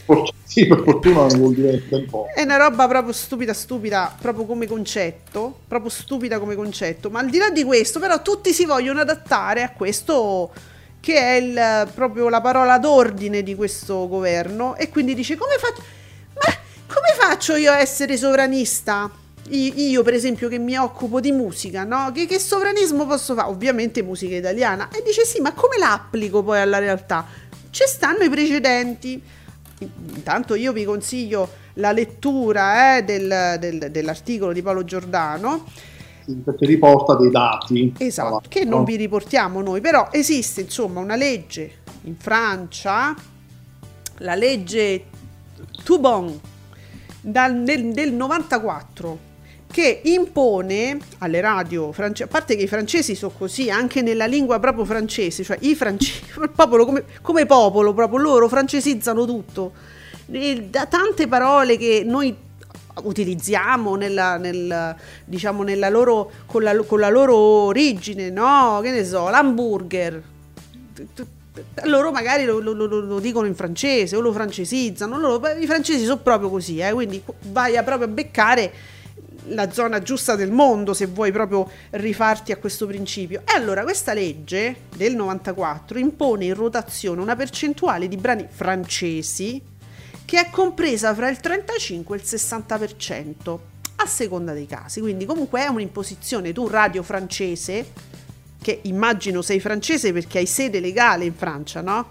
Sì, per fortuna non vuol dire tempo. È una roba proprio stupida, proprio come concetto, proprio stupida come concetto, ma al di là di questo, però tutti si vogliono adattare a questo che è proprio la parola d'ordine di questo governo, e quindi dice come faccio io a essere sovranista? Io per esempio che mi occupo di musica, no? Che sovranismo posso fare? Ovviamente musica italiana. E dice sì, ma come la applico poi alla realtà? Ci stanno i precedenti. Intanto io vi consiglio la lettura dell'articolo di Paolo Giordano, perché riporta dei dati, esatto, che non vi riportiamo noi, però esiste insomma una legge in Francia, la legge Toubon del 94, che impone alle radio francesi, a parte che i francesi sono così, anche nella lingua proprio francese, cioè i francesi, il popolo come popolo, proprio loro francesizzano tutto, da tante parole che noi utilizziamo diciamo nella loro con la loro origine, no? Che ne so, l'hamburger, loro magari lo dicono in francese o lo francesizzano, i francesi sono proprio così, quindi vai proprio a beccare la zona giusta del mondo se vuoi proprio rifarti a questo principio. E allora questa legge del 94 impone in rotazione una percentuale di brani francesi che è compresa fra il 35 e il 60% a seconda dei casi, quindi comunque è un'imposizione. Tu radio francese, che immagino sei francese perché hai sede legale in Francia, no?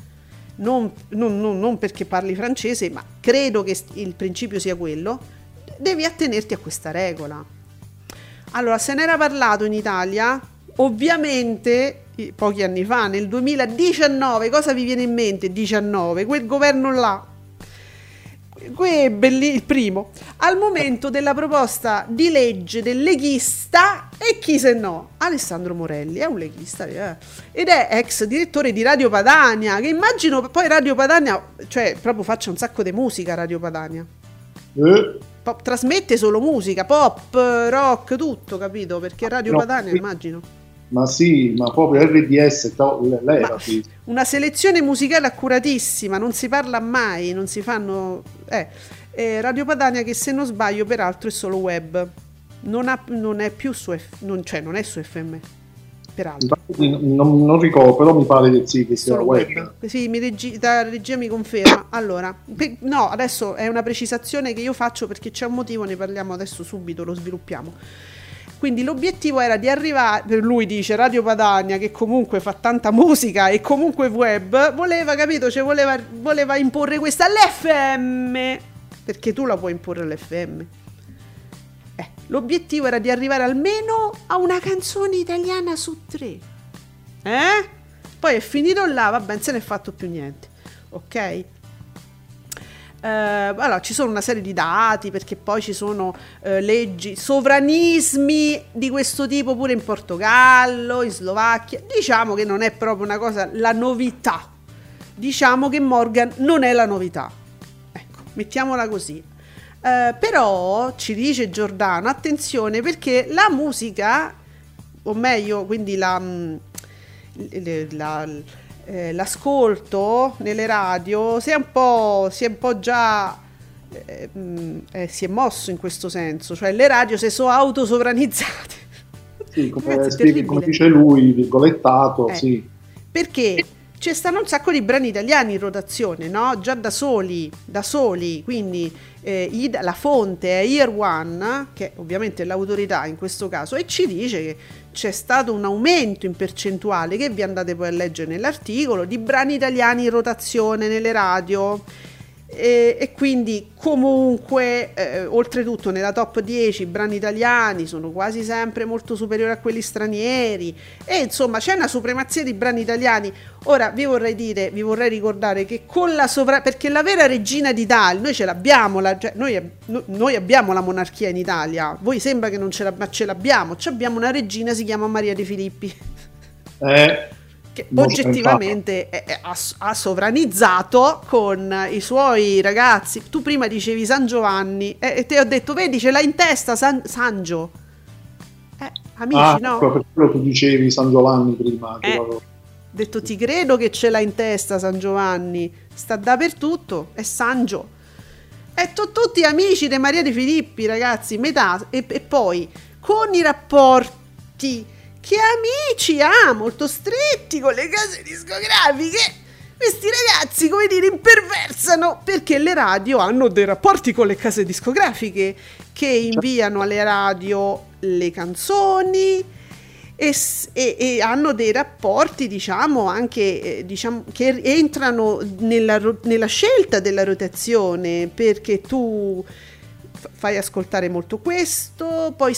Non perché parli francese, ma credo che il principio sia quello, devi attenerti a questa regola. Allora, se ne era parlato in Italia, ovviamente, pochi anni fa, nel 2019, cosa vi viene in mente? 19, quel governo là, il primo, al momento della proposta di legge del leghista, e chi se no? Alessandro Morelli, è un leghista, ed è ex direttore di Radio Padania, che immagino poi Radio Padania, cioè proprio faccia un sacco di musica Radio Padania. Trasmette solo musica, pop, rock, tutto, capito? Perché Radio Padania, immagino. Ma sì, ma proprio RDS, l'era, sì. Una selezione musicale accuratissima, non si parla mai, non si fanno... Radio Padania, che se non sbaglio peraltro è solo web, non è più su non è su FM, peraltro. Non ricordo, però mi pare che sì, che sia solo web. Sì, la regia mi conferma. Allora, no, adesso è una precisazione che io faccio perché c'è un motivo, ne parliamo adesso subito, lo sviluppiamo. Quindi l'obiettivo era di arrivare, per lui dice Radio Padania, che comunque fa tanta musica e comunque web, voleva, capito, cioè voleva imporre questa all'FM, perché tu la puoi imporre all'FM. L'obiettivo era di arrivare almeno a una canzone italiana su 3. Poi è finito là, vabbè, non se ne è fatto più niente. Ok? Allora, ci sono una serie di dati, perché poi ci sono leggi, sovranismi di questo tipo pure in Portogallo, in Slovacchia. Diciamo che non è proprio una cosa, la novità. Diciamo che Morgan non è la novità. Ecco, mettiamola così. Però ci dice Giordano, attenzione, perché la musica, o meglio, quindi l'ascolto nelle radio si è un po' già si è mosso in questo senso, cioè le radio si sono autosovranizzate. Sì, come dice lui, virgolettato, sì. Perché ci stanno un sacco di brani italiani in rotazione, no? Già da soli, quindi la fonte è Year One, che ovviamente è l'autorità in questo caso, e ci dice che c'è stato un aumento in percentuale, che vi andate poi a leggere nell'articolo, di brani italiani in rotazione nelle radio, e quindi comunque oltretutto nella top 10 i brani italiani sono quasi sempre molto superiori a quelli stranieri, e insomma c'è una supremazia di brani italiani. Ora vi vorrei ricordare che con perché la vera regina d'Italia noi ce l'abbiamo, noi abbiamo la monarchia in Italia, voi sembra che non ce l'abbiamo, ma ce l'abbiamo, abbiamo una regina, si chiama Maria De Filippi, che oggettivamente ha sovranizzato con i suoi ragazzi. Tu prima dicevi San Giovanni, e te ho detto, vedi, ce l'ha in testa Sangio, amici, no? Per quello tu dicevi San Giovanni prima, detto ti credo che ce l'ha in testa San Giovanni, sta dappertutto, è Sangio. E tutti amici di Maria De Filippi, ragazzi, metà, e poi con i rapporti che amici ha, molto stretti con le case discografiche, questi ragazzi, come dire, imperversano, perché le radio hanno dei rapporti con le case discografiche che inviano alle radio le canzoni e hanno dei rapporti, diciamo, anche che entrano nella scelta della rotazione, perché tu fai ascoltare molto questo, poi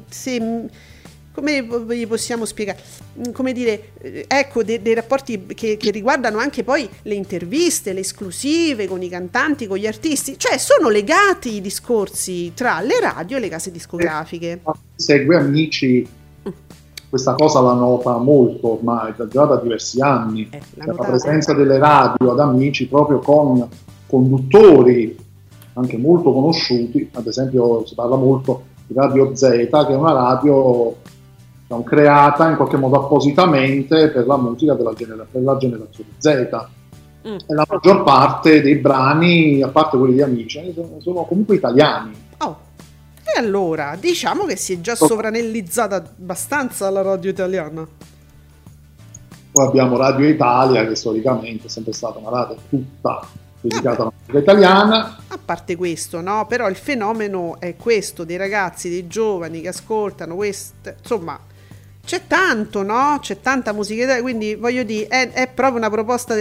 come vi possiamo spiegare? Come dire, ecco, dei rapporti che riguardano anche poi le interviste, le esclusive con i cantanti, con gli artisti, cioè sono legati i discorsi tra le radio e le case discografiche. Segue Amici, questa cosa la nota molto ormai, già da diversi anni, la presenza delle radio ad Amici proprio con conduttori anche molto conosciuti, ad esempio si parla molto di Radio Z, che è una radio creata in qualche modo appositamente per la musica per la generazione Z. E la maggior parte dei brani, a parte quelli di Amici, sono comunque italiani. E allora, diciamo che si è già sovranellizzata abbastanza la radio italiana. Poi abbiamo Radio Italia, che storicamente è sempre stata una radio tutta dedicata alla musica italiana. A parte questo, no? Però il fenomeno è questo, dei ragazzi, dei giovani che ascoltano questo, insomma, c'è tanto, no? C'è tanta musica italiana, quindi voglio dire, è proprio una proposta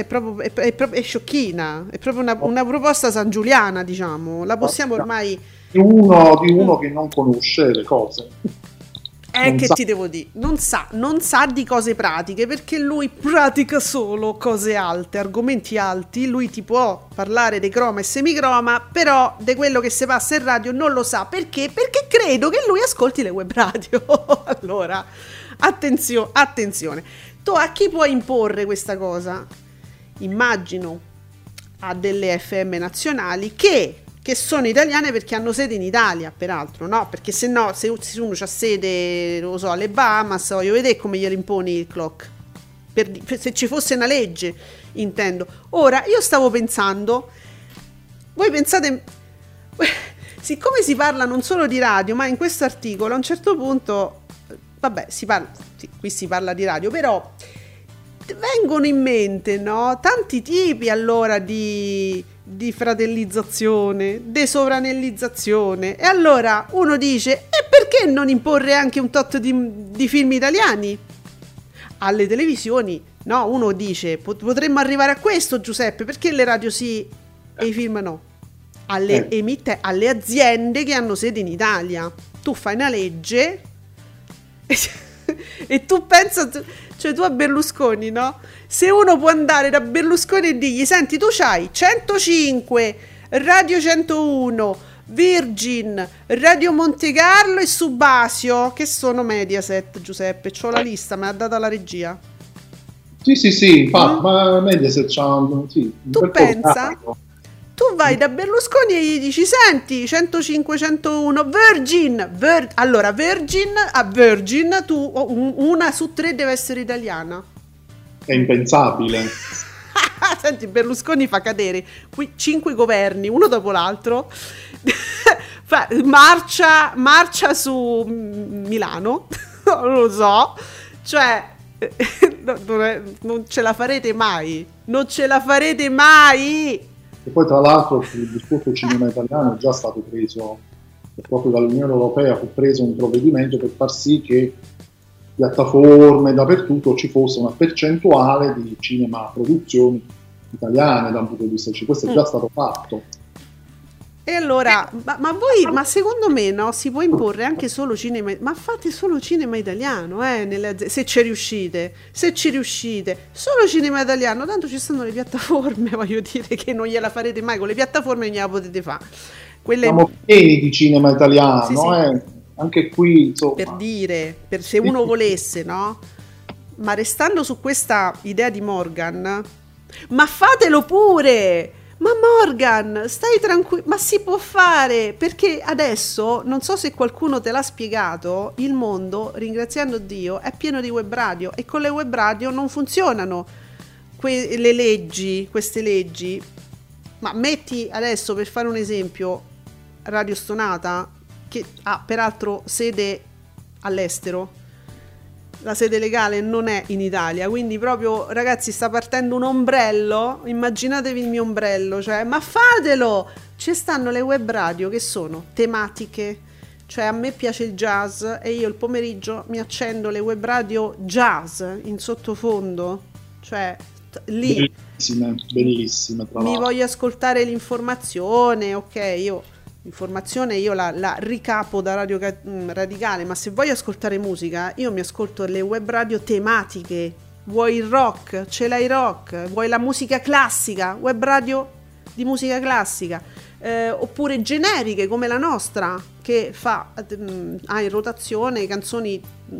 è sciocchina, è proprio una proposta sangiuliana, diciamo, la possiamo ormai... Di uno che non conosce le cose. Ti devo dire, non sa di cose pratiche, perché lui pratica solo cose alte, argomenti alti. Lui ti può parlare dei croma e semicroma, però di quello che si passa in radio non lo sa. Perché? Perché credo che lui ascolti le web radio. Allora, attenzione. Tu a chi puoi imporre questa cosa? Immagino a delle FM nazionali che sono italiane perché hanno sede in Italia, peraltro, no? Perché se no, se uno ha sede, non lo so, alle Bahamas, voglio vedere come glielo imponi il clock. Se ci fosse una legge, intendo. Ora, io stavo pensando, voi pensate, siccome si parla non solo di radio, ma in questo articolo a un certo punto, vabbè, qui si parla di radio, però vengono in mente, no? Tanti tipi allora di fratellizzazione, desovranellizzazione, e allora uno dice, e perché non imporre anche un tot di film italiani alle televisioni? No, uno dice, potremmo arrivare a questo, Giuseppe, perché le radio sì e i film no? Alle aziende che hanno sede in Italia tu fai una legge e tu pensa, cioè tu a Berlusconi, no? Se uno può andare da Berlusconi e dirgli, senti, tu c'hai 105, Radio 101, Virgin, Radio Monte Carlo e Subasio, che sono Mediaset, Giuseppe, c'ho la lista, me l'ha data la regia. Sì, infatti, ma Mediaset c'ha tu pensa? Tu vai da Berlusconi e gli dici, senti, 105, 101, Virgin, allora Virgin, a Virgin tu una su 3 deve essere italiana. È impensabile. Senti, Berlusconi fa cadere qui 5 governi, uno dopo l'altro, marcia su Milano, non lo so, cioè non ce la farete mai, E poi tra l'altro il discorso cinema italiano è già stato preso, proprio dall'Unione Europea fu preso un provvedimento per far sì che piattaforme dappertutto ci fosse una percentuale di cinema produzioni italiane da un punto di vista questo è già stato fatto. E allora, ma secondo me no, si può imporre anche solo cinema, ma fate solo cinema italiano, se ci riuscite, solo cinema italiano, tanto ci stanno le piattaforme, voglio dire che non gliela farete mai, con le piattaforme non gliela potete fare. Siamo pieni di cinema italiano, sì. Anche qui, insomma. Per dire, se uno volesse, no? Ma restando su questa idea di Morgan, ma fatelo pure! Ma Morgan, stai tranquillo, ma si può fare, perché adesso, non so se qualcuno te l'ha spiegato, il mondo, ringraziando Dio, è pieno di web radio e con le web radio non funzionano le leggi, queste leggi. Ma metti adesso, per fare un esempio, Radio Stonata, che ha peraltro sede all'estero, la sede legale non è in Italia, quindi proprio, ragazzi, sta partendo un ombrello, immaginatevi il mio ombrello, cioè, ma fatelo! Ci stanno le web radio che sono tematiche, cioè a me piace il jazz e io il pomeriggio mi accendo le web radio jazz in sottofondo, cioè lì bellissime tra mi l'altro. voglio ascoltare l'informazione, ok, l'informazione io la ricapo da Radio Radicale, ma se voglio ascoltare musica io mi ascolto le web radio tematiche. Vuoi il rock? Ce l'hai rock. Vuoi la musica classica? Web radio di musica classica, oppure generiche come la nostra, che fa ha in rotazione canzoni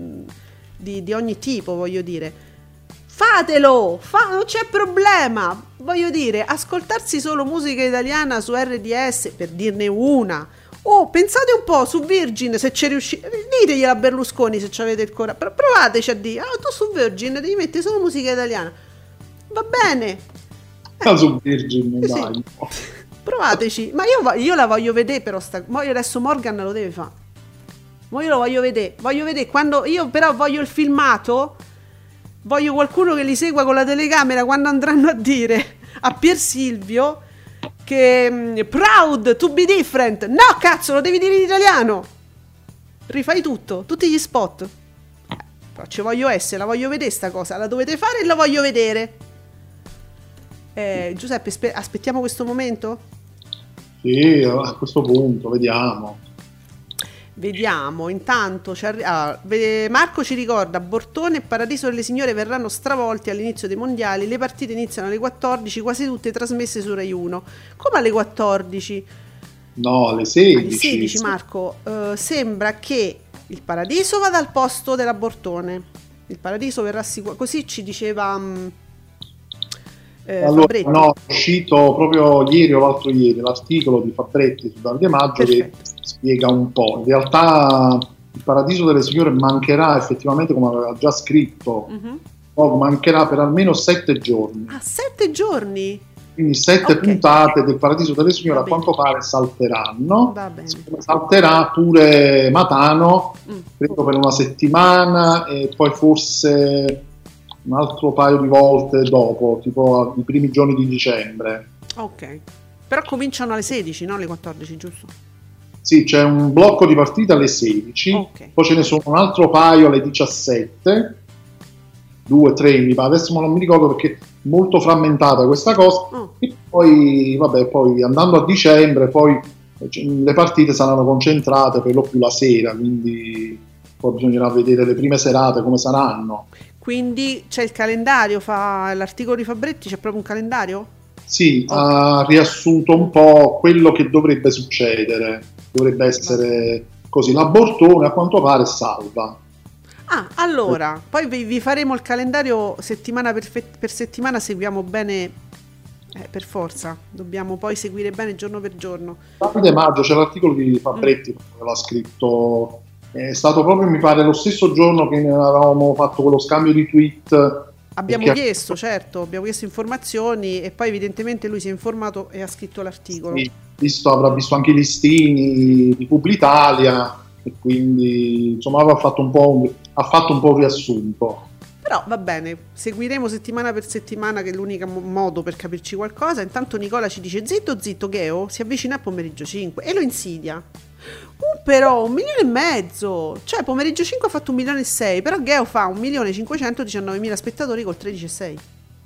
di ogni tipo, voglio dire. Fatelo, non c'è problema, voglio dire, ascoltarsi solo musica italiana su RDS, per dirne una. Oh, pensate un po' su Virgin, se ci riuscite, ditegliela a Berlusconi se ci avete il coraggio, provateci a dire, tu su Virgin devi mettere solo musica italiana, va bene. Su Virgin, sì. dai. Provateci, ma io la voglio vedere, però adesso Morgan lo deve fare, ma io lo voglio vedere quando io però voglio il filmato. Voglio qualcuno che li segua con la telecamera quando andranno a dire a Pier Silvio che proud to be different. No, cazzo, lo devi dire in italiano. Rifai tutto, tutti gli spot. Però ci voglio essere, la voglio vedere sta cosa. La dovete fare e la voglio vedere. Giuseppe, aspettiamo questo momento? Sì, a questo punto, vediamo. Intanto Marco ci ricorda: Bortone e Paradiso delle Signore verranno stravolti all'inizio dei mondiali, le partite iniziano alle 14, quasi tutte trasmesse su Rai 1. Come alle 14? No, alle 16. Alle 16, Marco. Sembra che il Paradiso vada al posto della Bortone. Il Paradiso verrà così ci diceva allora, Fabretti. no, è uscito proprio ieri o l'altro ieri l'articolo di Fabretti su Davide Maggio. Perfetto. Che spiega un po'. In realtà il Paradiso delle Signore mancherà effettivamente, come aveva già scritto, mancherà per almeno 7 giorni. 7 giorni? Quindi 7 puntate del Paradiso delle Signore a quanto pare salteranno. Va bene. Salterà pure Matano, credo per una settimana, e poi forse un altro paio di volte dopo, tipo i primi giorni di dicembre. Ok, però cominciano alle 16, non alle 14, giusto? Sì, c'è un blocco di partite alle 16, okay. Poi ce ne sono un altro paio alle 17, 2, 3 mi pare, adesso non mi ricordo perché è molto frammentata questa cosa, e poi vabbè, poi andando a dicembre poi le partite saranno concentrate per lo più la sera, quindi poi bisognerà vedere le prime serate come saranno. Quindi c'è il calendario, l'articolo di Fabretti, c'è proprio un calendario? Sì, ha riassunto un po' quello che dovrebbe succedere, dovrebbe essere così, la Bortone a quanto pare salva. Allora, poi vi faremo il calendario settimana per settimana, seguiamo bene, per forza, dobbiamo poi seguire bene giorno per giorno. Davide Maggio, c'è l'articolo di Fabretti che l'ha scritto, è stato proprio mi pare lo stesso giorno che avevamo fatto quello scambio di tweet. Abbiamo chiesto informazioni e poi evidentemente lui si è informato e ha scritto l'articolo. Sì, avrà visto anche i listini di Publitalia e quindi insomma ha fatto un po' un riassunto. Però va bene, seguiremo settimana per settimana, che è l'unico modo per capirci qualcosa. Intanto Nicola ci dice: zitto Gheo si avvicina a pomeriggio 5 e lo insidia. Però 1,5 milioni, cioè pomeriggio 5 ha fatto 1,6 milioni, però Gheo fa 1.519.000 spettatori col 13,6.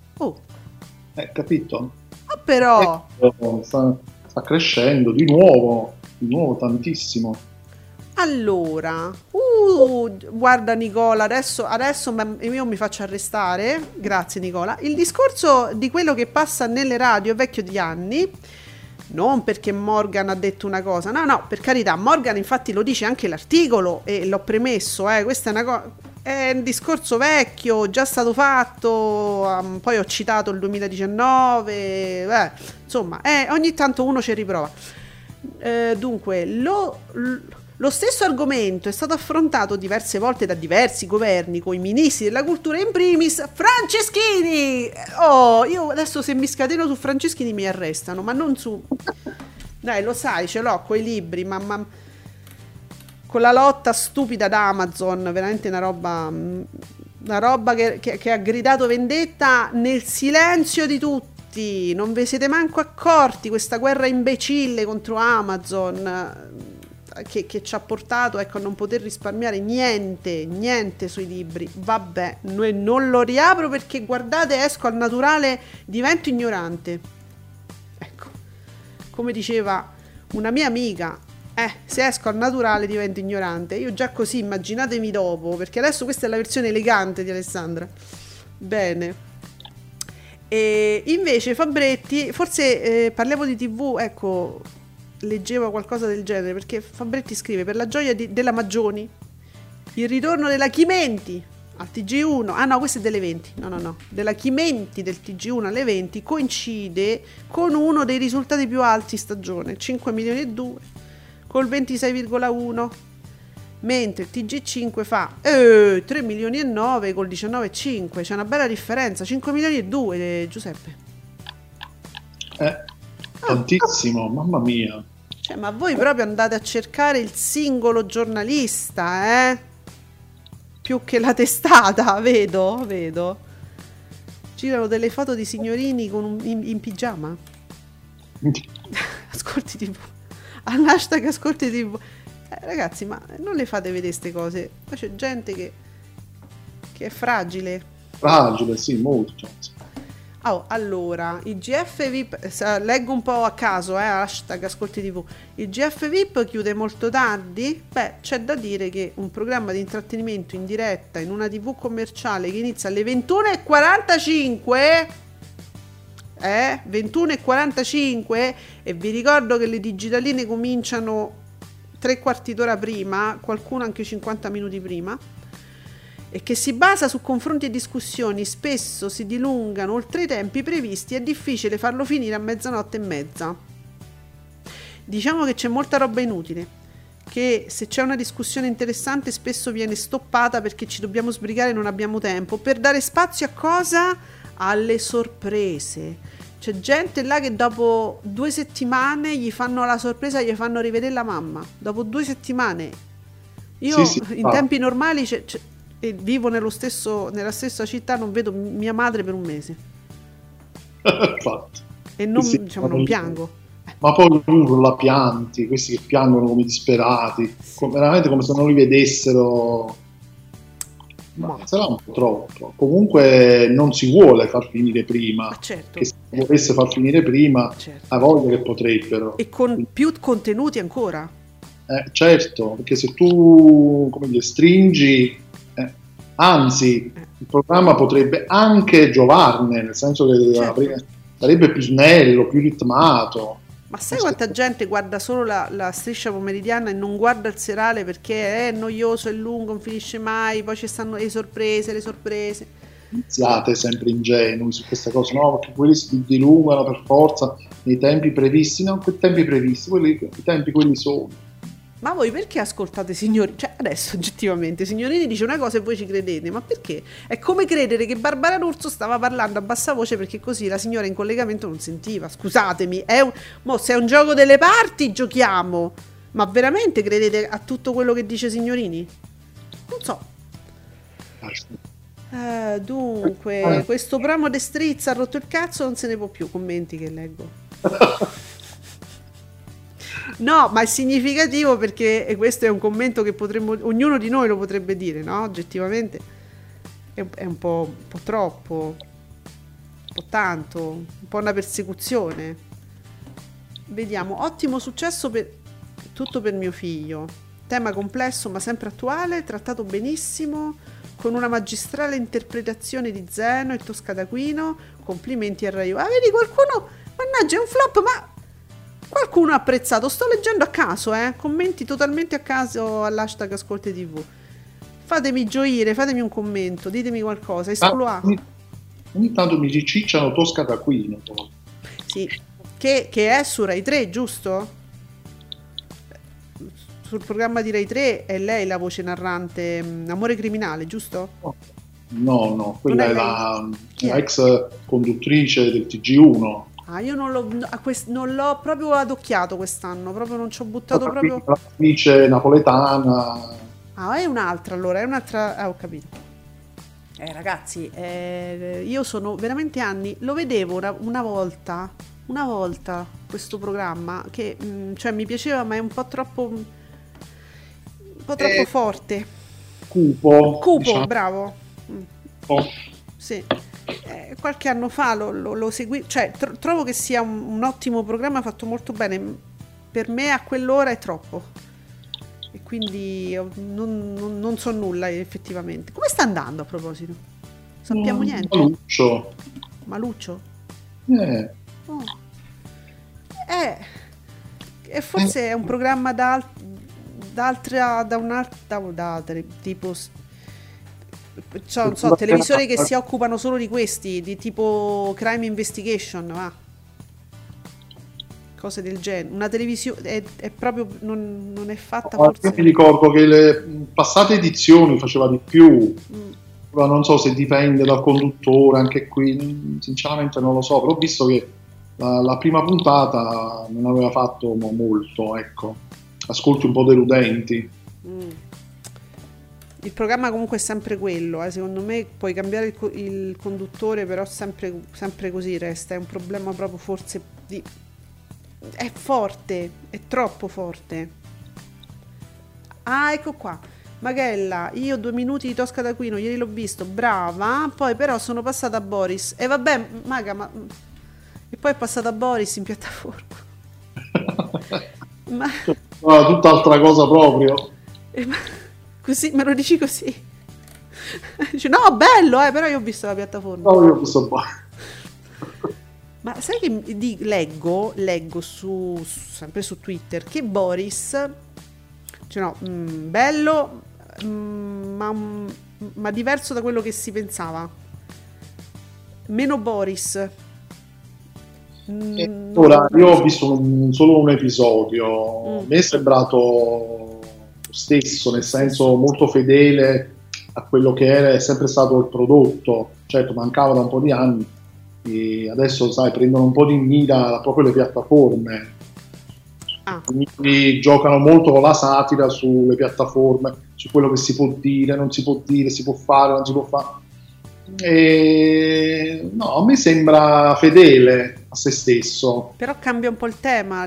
Capito? Però sta crescendo di nuovo tantissimo. Allora, guarda Nicola, adesso io mi faccio arrestare, grazie Nicola. Il discorso di quello che passa nelle radio è vecchio di anni. Non perché Morgan ha detto una cosa, no, per carità, Morgan infatti lo dice anche l'articolo e l'ho premesso, questa è una cosa, è un discorso vecchio, già stato fatto, poi ho citato il 2019, insomma, ogni tanto uno ci riprova. Dunque, lo stesso argomento è stato affrontato diverse volte da diversi governi, con i ministri della cultura in primis Franceschini. Io adesso se mi scateno su Franceschini mi arrestano, ma non su... Dai, lo sai, ce l'ho coi libri, ma con la lotta stupida da Amazon, veramente una roba che ha gridato vendetta nel silenzio di tutti. Non vi siete manco accorti questa guerra imbecille contro Amazon che ci ha portato, ecco, a non poter risparmiare niente sui libri. Vabbè, non lo riapro perché guardate, esco al naturale, divento ignorante. Ecco, come diceva una mia amica, se esco al naturale divento ignorante. Io già così, immaginatemi dopo, perché adesso questa è la versione elegante di Alessandra. Bene. E invece Fabretti, forse parliamo di TV, ecco, leggevo qualcosa del genere, perché Fabretti scrive: per la gioia della Maggioni, il ritorno della Chimenti al TG1, ah no, questo è delle 20, no, della Chimenti del TG1 alle 20 coincide con uno dei risultati più alti stagione, 5 milioni e 2 col 26,1, mentre il TG5 fa 3 milioni e 9 col 19,5, c'è una bella differenza, 5 milioni e 2, Giuseppe. Tantissimo, mamma mia. Cioè, ma voi proprio andate a cercare il singolo giornalista, più che la testata, vedo. Girano delle foto di signorini in pigiama. Ascolti TV. All'hashtag Ascolti TV. Ragazzi, ma non le fate vedere queste cose? Ma c'è gente che è fragile. Fragile, sì, molto. Allora, il GF VIP, leggo un po' a caso, hashtag Ascolti TV. Il GF VIP chiude molto tardi? Beh, c'è da dire che un programma di intrattenimento in diretta in una TV commerciale che inizia alle 21:45, 21:45, e vi ricordo che le digitaline cominciano 3/4 d'ora prima, qualcuno anche 50 minuti prima, e che si basa su confronti e discussioni, spesso si dilungano oltre i tempi previsti, è difficile farlo finire a 00:30. Diciamo che c'è molta roba inutile, che se c'è una discussione interessante spesso viene stoppata perché ci dobbiamo sbrigare e non abbiamo tempo, per dare spazio a cosa? Alle sorprese. C'è gente là che dopo 2 settimane gli fanno la sorpresa, gli fanno rivedere la mamma dopo 2 settimane. Io in tempi normali e vivo nella stessa città, non vedo mia madre per un mese. Infatti. E non, non piango. Ma poi urla, pianti, questi che piangono come disperati, veramente come se non li vedessero. Ma sarà un po' troppo. Comunque non si vuole far finire prima. Certo. Che se volesse far finire prima, a voglia che potrebbero. E con più contenuti ancora. Certo, perché se tu stringi, anzi, il programma potrebbe anche giovarne, nel senso che sarebbe più snello, più ritmato. Ma sai quanta gente guarda solo la striscia pomeridiana e non guarda il serale perché è noioso, è lungo, non finisce mai, poi ci stanno le sorprese. Siate sempre ingenui su questa cosa, no? Perché quelli si dilungano per forza nei tempi previsti, no? Quei tempi previsti, i tempi quelli sono. Ma voi perché ascoltate signori? Cioè adesso oggettivamente Signorini dice una cosa e voi ci credete, ma perché? È come credere che Barbara D'Urso stava parlando a bassa voce perché così la signora in collegamento non sentiva. Scusatemi, se è un gioco delle parti giochiamo, ma veramente credete a tutto quello che dice Signorini? Non so. Dunque, questo Pramo de Strizza ha rotto il cazzo, non se ne può più. Commenti che leggo. No, ma è significativo perché questo è un commento che ognuno di noi lo potrebbe dire, no? Oggettivamente è un po' troppo, un po' tanto, un po' una persecuzione. Vediamo, ottimo successo tutto per mio figlio. Tema complesso ma sempre attuale, trattato benissimo, con una magistrale interpretazione di Zeno e Tosca d'Aquino. Complimenti a Rai. Vedi, qualcuno, mannaggia, è un flop, ma qualcuno ha apprezzato. Sto leggendo a caso, commenti totalmente a caso all'hashtag Ascolti TV. Fatemi gioire, fatemi un commento, ditemi qualcosa. Esploa. Ogni tanto mi cicciano Tosca d'Aquino. Sì, che è su Rai 3, giusto? Sul programma di Rai 3 è lei la voce narrante, Amore criminale, giusto? No, quella Non è è Chi la è? ex conduttrice del TG1. Ah, io non l'ho proprio adocchiato quest'anno, proprio non ci ho buttato proprio. L'attrice napoletana. Ah, è un'altra allora, è un'altra. Ah, ho capito. Ragazzi, io sono veramente anni, lo vedevo una volta questo programma che cioè mi piaceva, ma è un po' troppo forte. Cupo. Cupo, bravo. Oh. Sì. Qualche anno fa lo seguì, cioè trovo che sia un ottimo programma fatto molto bene. Per me a quell'ora è troppo. E quindi non so nulla effettivamente. Come sta andando a proposito? Sappiamo niente. Maluccio? Oh. E forse è un programma da tipo non so, televisori che si occupano solo di questi, di tipo Crime Investigation, va. Cose del genere. Una televisione è proprio non è fatta forse. Io mi ricordo che le passate edizioni faceva di più. Ora non so se dipende dal conduttore, anche qui sinceramente non lo so, però ho visto che la prima puntata non aveva fatto molto, ecco, ascolti un po' deludenti. Il programma comunque è sempre quello, secondo me puoi cambiare il conduttore, però sempre così resta, è un problema proprio forse è forte, è troppo forte. Ah, ecco qua. Maghella, io 2 minuti di Tosca d'Aquino, ieri l'ho visto, brava, poi però sono passata a Boris. E vabbè, Maga, e poi è passata a Boris in piattaforma. Tutt'altra cosa proprio. Così, me lo dici così? Dice, no, bello, però io ho visto la piattaforma. No, io ho visto Ma sai che leggo sempre su Twitter che Boris, cioè no, bello, ma diverso da quello che si pensava. Meno Boris. Ora, io ho visto solo un episodio, mi è sembrato lo stesso, nel senso molto fedele a quello che è sempre stato il prodotto. Certo, mancava da un po' di anni e adesso, sai, prendono un po' di mira proprio le piattaforme. Quindi giocano molto con la satira sulle piattaforme, su quello che si può dire, non si può dire, si può fare, non si può fare. No, a me sembra fedele a se stesso. Però cambia un po' il tema.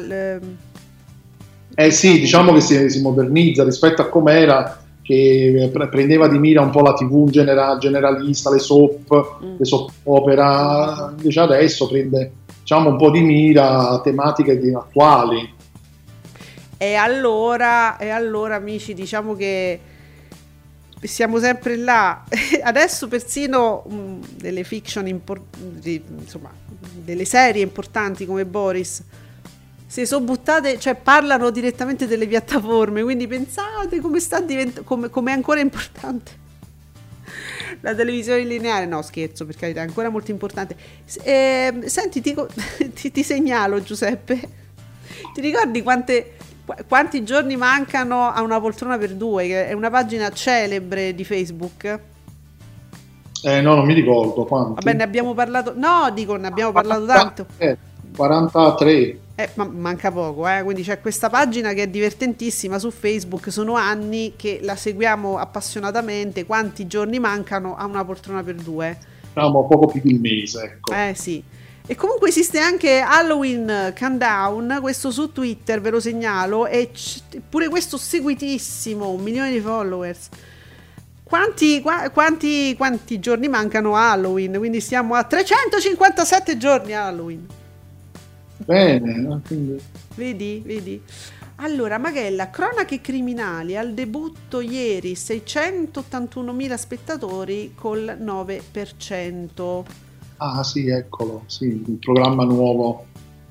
Sì, diciamo che si modernizza rispetto a com'era, che prendeva di mira un po' la TV generalista, le soap opera. Invece adesso prende, diciamo, un po' di mira tematiche attuali. E allora amici, diciamo che siamo sempre là. Adesso persino delle fiction insomma, delle serie importanti come Boris si sono buttate, cioè parlano direttamente delle piattaforme, quindi pensate come sta come è ancora importante la televisione lineare. No, scherzo, per carità, è ancora molto importante. Senti, ti segnalo, Giuseppe, ti ricordi quanti giorni mancano a Una poltrona per due, che è una pagina celebre di Facebook? No, non mi ricordo quanti. Vabbè, ne abbiamo parlato. No, dico, ne abbiamo parlato tanto. 43. Ma manca poco, quindi c'è questa pagina che è divertentissima su Facebook, sono anni che la seguiamo appassionatamente. Quanti giorni mancano a Una poltrona per due? Diciamo poco più di un mese, ecco. Sì. E comunque esiste anche Halloween Countdown, questo su Twitter, ve lo segnalo, e pure questo seguitissimo, 1 milione di followers. Quanti giorni mancano a Halloween? Quindi siamo a 357 giorni a Halloween. Bene, quindi... Vedi? Allora, Maghella, cronache criminali, al debutto ieri 681.000 spettatori col 9%. Ah sì, eccolo, sì, il programma nuovo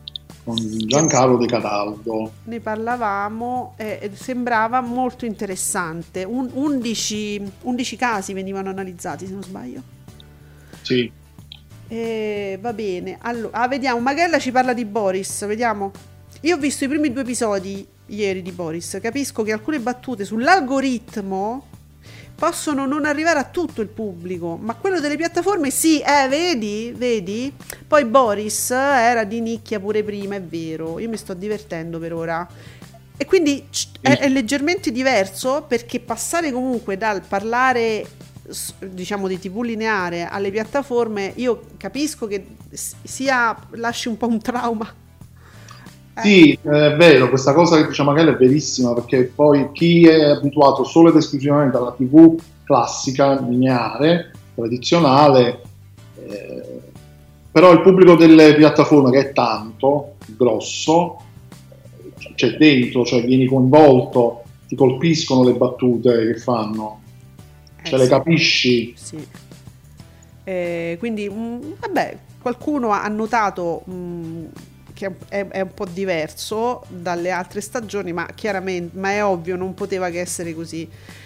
con Giancarlo De Cataldo. Ne parlavamo e sembrava molto interessante. 11 casi venivano analizzati, se non sbaglio. Sì. Va bene. Allora, vediamo. Magella ci parla di Boris. Vediamo. Io ho visto i primi 2 episodi ieri di Boris. Capisco che alcune battute sull'algoritmo possono non arrivare a tutto il pubblico, ma quello delle piattaforme sì, vedi? Poi Boris era di nicchia pure prima, è vero, io mi sto divertendo per ora. E quindi è leggermente diverso, perché passare comunque dal parlare, diciamo, di TV lineare alle piattaforme, io capisco che lasci un po' un trauma. Sì, è vero, questa cosa che dice Magella è verissima, perché poi chi è abituato solo ed esclusivamente alla TV classica, lineare, tradizionale, però il pubblico delle piattaforme, che è tanto, grosso, c'è dentro, cioè vieni coinvolto, ti colpiscono le battute che fanno, le capisci. Sì. Quindi, vabbè, qualcuno ha notato che è un po' diverso dalle altre stagioni, ma chiaramente, ma è ovvio, non poteva che essere così.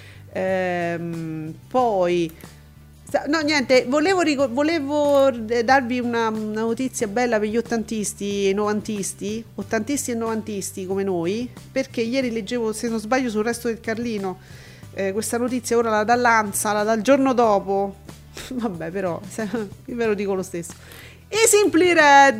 Poi no, niente, volevo darvi una notizia bella per gli ottantisti e novantisti come noi, perché ieri leggevo, se non sbaglio, sul Resto del Carlino, questa notizia, ora la dà l'Ansa, la dà il giorno dopo. Vabbè, però io ve lo dico lo stesso. I Simply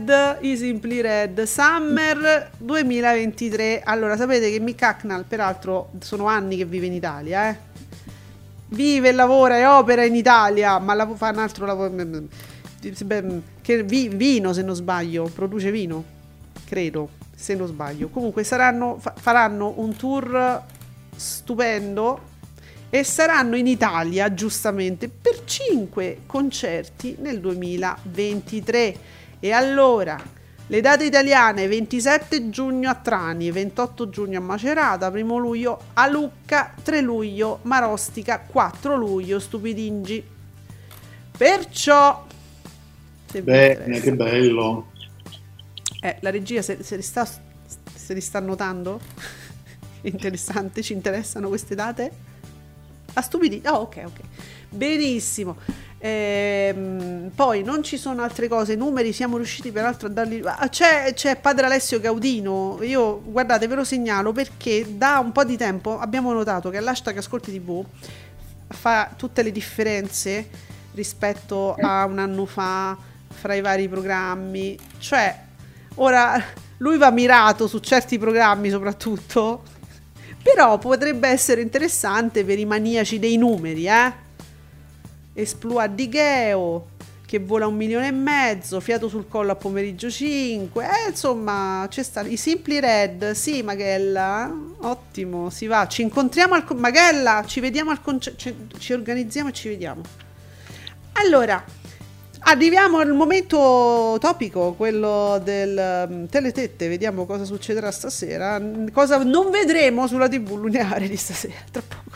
Red Summer 2023. Allora, sapete che Mick Hucknall, peraltro, sono anni che vive in Italia, vive, lavora e opera in Italia, ma fa un altro lavoro, che vino, se non sbaglio, produce vino, credo, se non sbaglio. Comunque faranno un tour stupendo e saranno in Italia, giustamente, per 5 concerti nel 2023. E allora, le date italiane: 27 giugno a Trani, 28 giugno a Macerata, 1 luglio a Lucca, 3 luglio Marostica, 4 luglio Stupidingi. Perciò, bene, che bello. La regia se li sta notando? Interessante, ci interessano queste date? A Stupidingi, ok, benissimo. Poi non ci sono altre cose, numeri, siamo riusciti peraltro a darli. C'è padre Alessio Gaudino. Io, guardate, ve lo segnalo perché da un po' di tempo abbiamo notato che l'hashtag Ascolti TV fa tutte le differenze rispetto a un anno fa, fra i vari programmi. Cioè, ora lui va mirato su certi programmi soprattutto, però potrebbe essere interessante per i maniaci dei numeri, Esploit di Gheo, che vola 1,5 milioni, Fiato sul collo a pomeriggio 5, insomma, c'è sta i Simply Red. Sì, Magella, ottimo, si va, ci incontriamo Magella, ci vediamo al concerto, ci organizziamo e ci vediamo. Allora, arriviamo al momento topico, quello del Teletette. Vediamo cosa succederà stasera, cosa non vedremo sulla TV lineare di stasera, tra poco.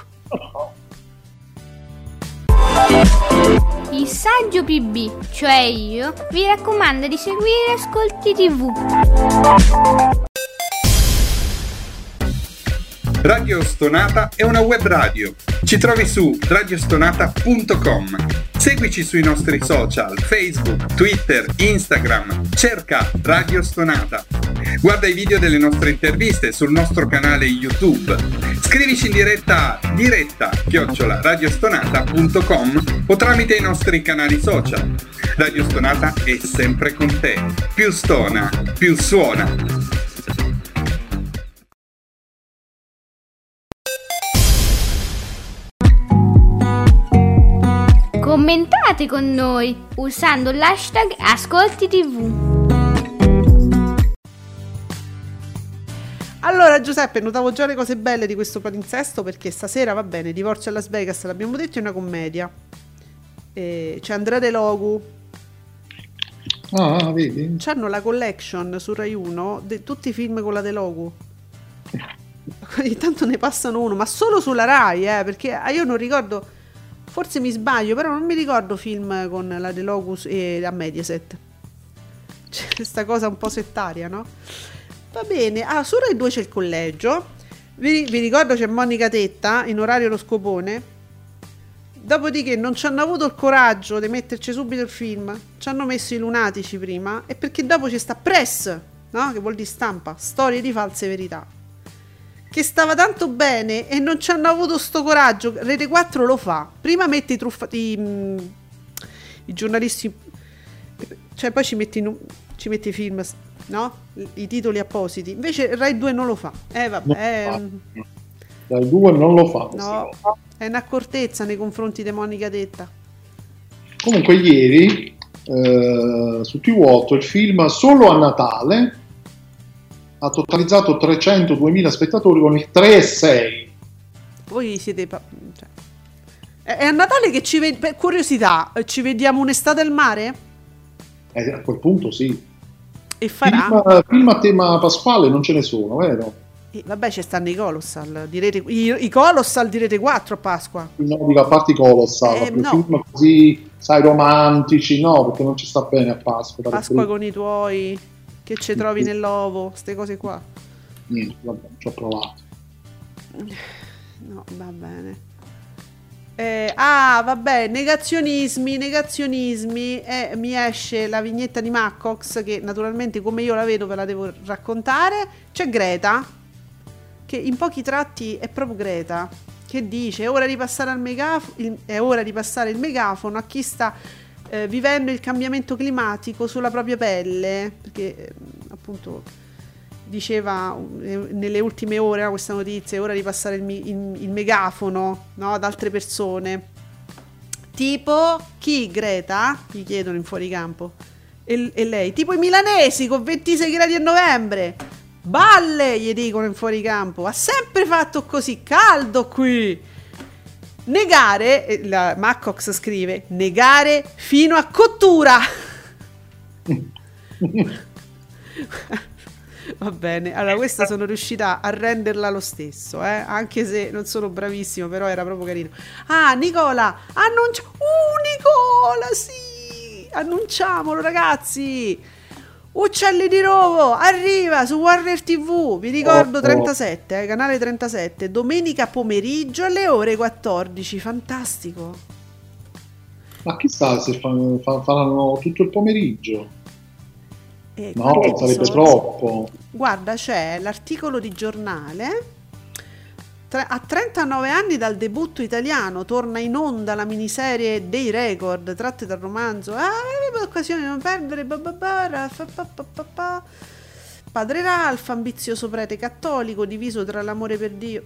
Il saggio PB, cioè io, vi raccomanda di seguire Ascolti TV. Radio Stonata è una web radio. Ci trovi su radiostonata.com. Seguici sui nostri social, Facebook, Twitter, Instagram. Cerca Radio Stonata. Guarda i video delle nostre interviste sul nostro canale YouTube. Scrivici in diretta @radiostonata.com o tramite i nostri canali social. Radio Stonata è sempre con te. Più stona, più suona. Commentate con noi usando l'hashtag Ascolti TV. Allora, Giuseppe, notavo già le cose belle di questo palinsesto, perché stasera, va bene, Divorzio a Las Vegas, l'abbiamo detto, è una commedia. C'è Andrea De Logu. Ah, vedi? C'hanno la collection su Rai 1 di tutti i film con la De Logu. Ogni tanto ne passano uno, ma solo sulla Rai, perché io non ricordo, forse mi sbaglio, però non mi ricordo film con la De Logu e la Mediaset. c'è questa cosa un po' settaria, no? Va bene, su Rai 2 c'è il collegio, vi ricordo c'è Monica Tetta in orario lo scopone. Dopodiché non ci hanno avuto il coraggio di metterci subito il film, ci hanno messo i lunatici prima, e perché dopo ci sta Press, no? Che vuol dire stampa, storie di false verità, che stava tanto bene e non ci hanno avuto sto coraggio. Rete 4 lo fa, prima mette i giornalisti, cioè poi ci metti i film, no? I titoli appositi, invece Rai 2 non lo fa, vabbè, Rai 2 non lo fa, no, è un'accortezza nei confronti di Monica Tetta. Comunque ieri su TV8 il film Solo a Natale ha totalizzato 302.000 spettatori con il 3,6. Voi siete cioè, è a Natale che per curiosità ci vediamo un'estate al mare? A quel punto sì. E farà film a tema pasquale non ce ne sono, vero? Vabbè, ci stanno i Colossal i Colossal di Rete 4 a Pasqua. No, dico, a parte i Colossal, no. film così, sai, romantici, no, perché non ci sta bene a Pasqua. Pasqua con i tuoi, che ci trovi nell'ovo, queste cose qua. Niente, vabbè, ci ho provato. No, va bene. Vabbè, negazionismi, mi esce la vignetta di Maccox, che naturalmente come io la vedo ve la devo raccontare. C'è Greta, che in pochi tratti è proprio Greta, che dice: è ora di passare il megafono a chi sta vivendo il cambiamento climatico sulla propria pelle, perché appunto diceva nelle ultime ore, questa notizia, è ora di passare il megafono, no, ad altre persone, tipo chi? Greta? Gli chiedono in fuoricampo, e lei, tipo i milanesi con 26 gradi a novembre, balle, gli dicono in fuoricampo, ha sempre fatto così caldo qui. Negare, la Maccox scrive, negare fino a cottura. Va bene, allora questa sono riuscita a renderla lo stesso, anche se non sono bravissimo, però era proprio carino. Nicola, Nicola, sì, annunciamolo ragazzi, Uccelli di Rovo arriva su Warner TV, vi ricordo 37, canale 37, domenica pomeriggio alle ore 14, fantastico. Ma chissà se faranno tutto il pomeriggio. No, sarebbe troppo. Guarda, c'è l'articolo di giornale. A 39 anni dal debutto italiano torna in onda la miniserie dei record tratte dal romanzo Occasione di non perdere, Padre Ralph, ambizioso prete cattolico diviso tra l'amore per Dio,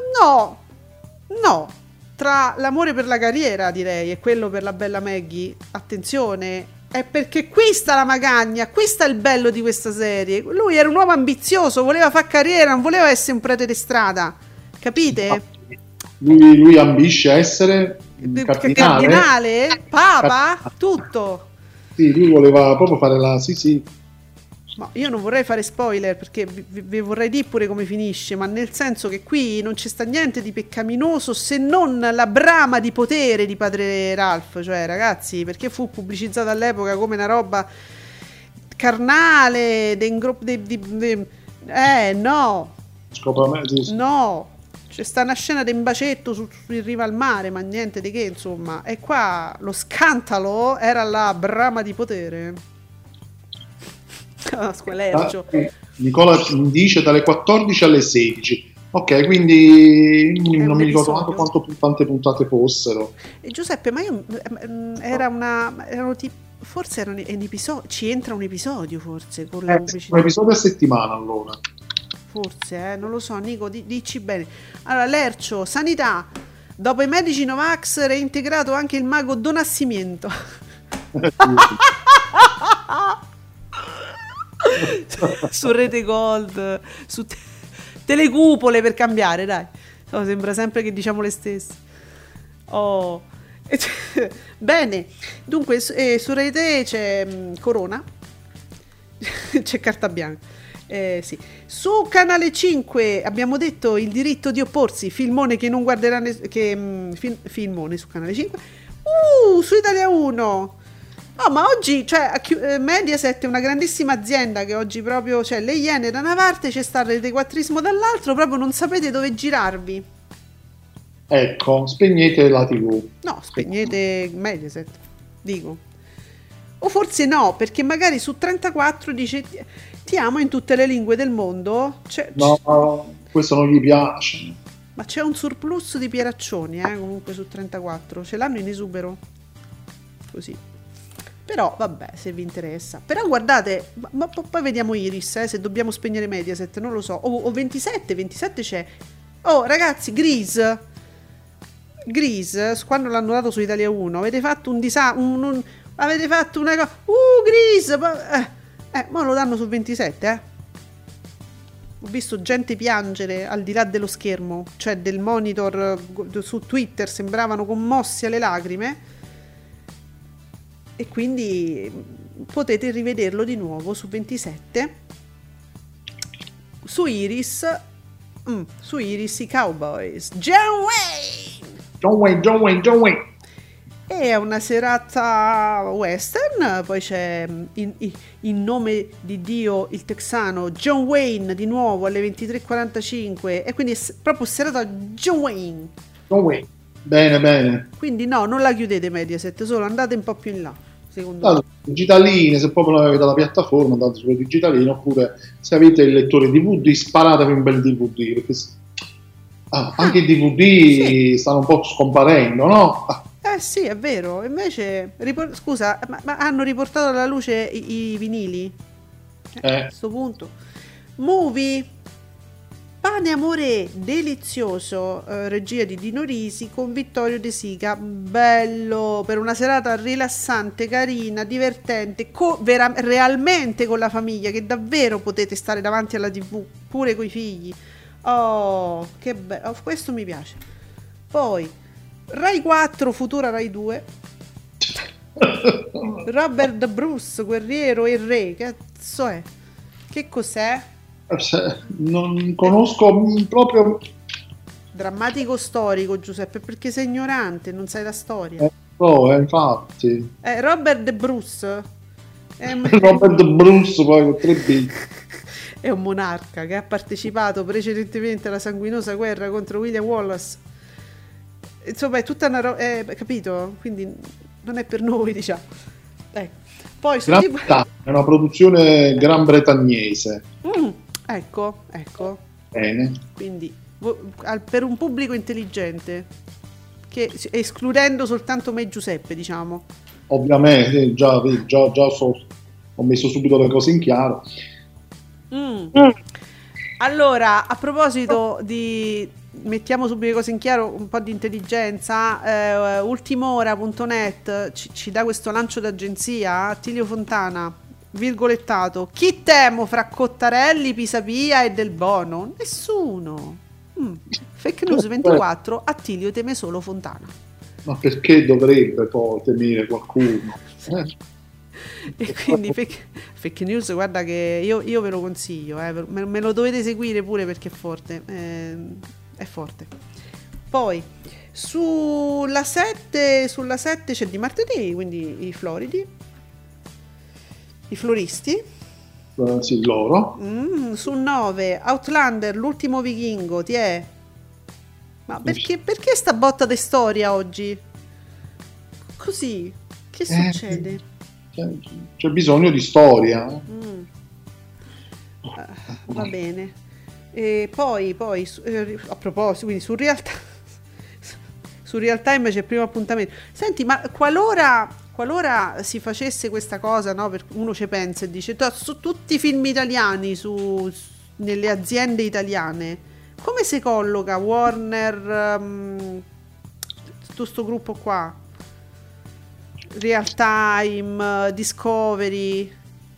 no, tra l'amore per la carriera, direi, e quello per la bella Maggie. Attenzione, è perché qui sta la magagna, qui sta il bello di questa serie. Lui era un uomo ambizioso, voleva fare carriera, non voleva essere un prete di strada, capite? Lui ambisce a essere cardinale, papa, tutto. Sì, lui voleva proprio fare sì. Ma io non vorrei fare spoiler, perché vi vorrei dire pure come finisce, ma nel senso che qui non ci sta niente di peccaminoso se non la brama di potere di padre Ralph, cioè ragazzi, perché fu pubblicizzato all'epoca come una roba carnale, no, c'è sta una scena di un bacetto su in riva al mare, ma niente di che, insomma, e qua lo scandalo era la brama di potere. Nicola dice dalle 14 alle 16. Ok, quindi non mi ricordo quante puntate fossero. E Giuseppe, ma io forse erano in episodio, ci entra un episodio forse con la pubblicità. Un episodio a settimana allora. Forse, non lo so, Nico, dici bene. Allora, Lercio, sanità. Dopo i medici Novax reintegrato anche il mago Donascimento. Su Rete Gold, su Telecupole, per cambiare, dai. Sembra sempre che diciamo le stesse. Bene, dunque su Rete c'è Corona, c'è Carta Bianca. Sì. Su Canale 5 abbiamo detto Il diritto di opporsi, filmone che non guarderà filmone su Canale 5. Su Italia 1 Oh, ma oggi, cioè, Mediaset è una grandissima azienda che oggi proprio, cioè, le Iene da una parte, c'è sta il retequattrismo dall'altro, proprio non sapete dove girarvi. Ecco, spegnete la TV. No, spegnete Mediaset, dico. O forse no, perché magari su 34 dice ti amo in tutte le lingue del mondo. No, questo non gli piace. Ma c'è un surplus di Pieraccioni, comunque su 34. Ce l'hanno in esubero. Così. Però, vabbè, se vi interessa. Però guardate, ma poi vediamo Iris, se dobbiamo spegnere Mediaset, non lo so. O 27 c'è. Oh, ragazzi, Grease, quando l'hanno dato su Italia 1, avete fatto un disastro, avete fatto una cosa, Grease, ma lo danno su 27, Ho visto gente piangere al di là dello schermo, cioè del monitor su Twitter, sembravano commossi alle lacrime, e quindi potete rivederlo di nuovo su 27. Su Iris i Cowboys, John Wayne. E è una serata western, poi c'è in nome di Dio il texano John Wayne di nuovo alle 23:45, e quindi è proprio serata John Wayne. Bene. Quindi no, non la chiudete Mediaset, solo andate un po' più in là, secondo me. Allora, digitaline, se proprio non avete la piattaforma, andate sulle digitaline, oppure se avete il lettore DVD, sparatevi un bel DVD, perché anche i DVD stanno un po' scomparendo, no? Sì, è vero. Invece, scusa, ma hanno riportato alla luce i vinili? A questo punto. Movie. Pane amore delizioso, regia di Dino Risi con Vittorio De Sica. Bello, per una serata rilassante, carina, divertente, realmente con la famiglia, che davvero potete stare davanti alla TV, pure coi figli. Oh, che bello, questo mi piace. Poi Rai 4, futura Rai 2. Robert Bruce, guerriero e re. Che cazzo è? Che cos'è? Non conosco proprio. Drammatico storico, Giuseppe, perché sei ignorante, non sai la storia. Infatti. Robert Bruce. Robert Bruce, poi con 3B. È un monarca che ha partecipato precedentemente alla sanguinosa guerra contro William Wallace. Insomma, è tutta una roba, capito? Quindi non è per noi, diciamo. Poi è una produzione gran bretagnese. Ecco. Bene. Quindi per un pubblico intelligente, che escludendo soltanto me e Giuseppe, diciamo. Ovviamente, già ho messo subito le cose in chiaro. Allora, a proposito di mettiamo subito le cose in chiaro, un po' di intelligenza, ultimora.net ci dà questo lancio d'agenzia. Attilio Fontana, virgolettato: chi temo fra Cottarelli, Pisapia e Del Bono? Nessuno. Fake News 24, Attilio teme solo Fontana. Ma perché dovrebbe poi temere qualcuno? E quindi fake news, guarda che io ve lo consiglio, me lo dovete seguire pure, perché è forte, è forte. Poi sulla 7 c'è di martedì, quindi i floridi, i floristi. Sì, loro. Su 9 Outlander, l'ultimo vichingo, ti è? Ma perché sta botta di storia oggi? Così, che succede? C'è bisogno di storia. Va bene. E poi a proposito, quindi su Real Time c'è il primo appuntamento. Senti, ma qualora si facesse questa cosa, no? Uno ci pensa e dice: su tutti i film italiani nelle aziende italiane, come si colloca Warner, tutto sto gruppo qua? Real Time, Discovery,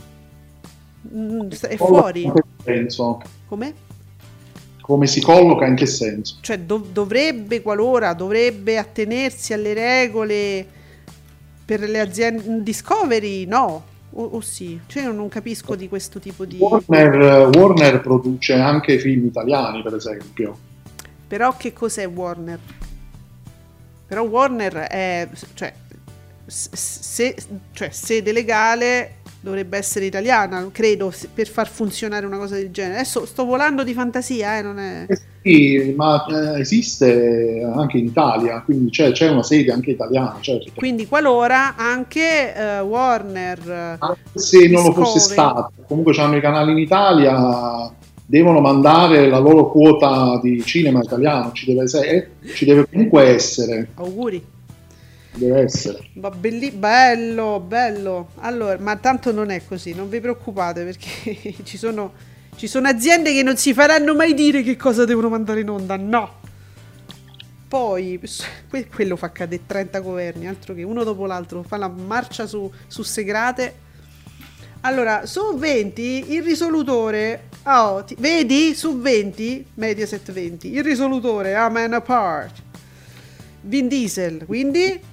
è fuori? In che senso? Come si colloca, in che senso? Cioè dovrebbe attenersi alle regole per le aziende. Discovery no, o sì? Cioè io non capisco di questo tipo di... Warner produce anche film italiani, per esempio. Però che cos'è Warner? Però Warner è... cioè cioè sede legale dovrebbe essere italiana, credo, per far funzionare una cosa del genere. Adesso sto volando di fantasia, non è... Sì, ma esiste anche in Italia, quindi c'è una sede anche italiana, certo. Quindi qualora anche Warner, Anche se non lo fosse Discovery, stato, comunque c'hanno i canali in Italia, devono mandare la loro quota di cinema italiano, ci deve comunque essere. auguri. Deve essere. Ma bello, bello. Allora, ma tanto non è così, non vi preoccupate, perché ci sono aziende che non si faranno mai dire che cosa devono mandare in onda, no. Poi quello fa cadere 30 governi, altro che uno dopo l'altro, fa la marcia su Segrate. Allora, su 20 il risolutore, vedi? Su 20, Mediaset 20, il risolutore A Man Apart, Vin Diesel, quindi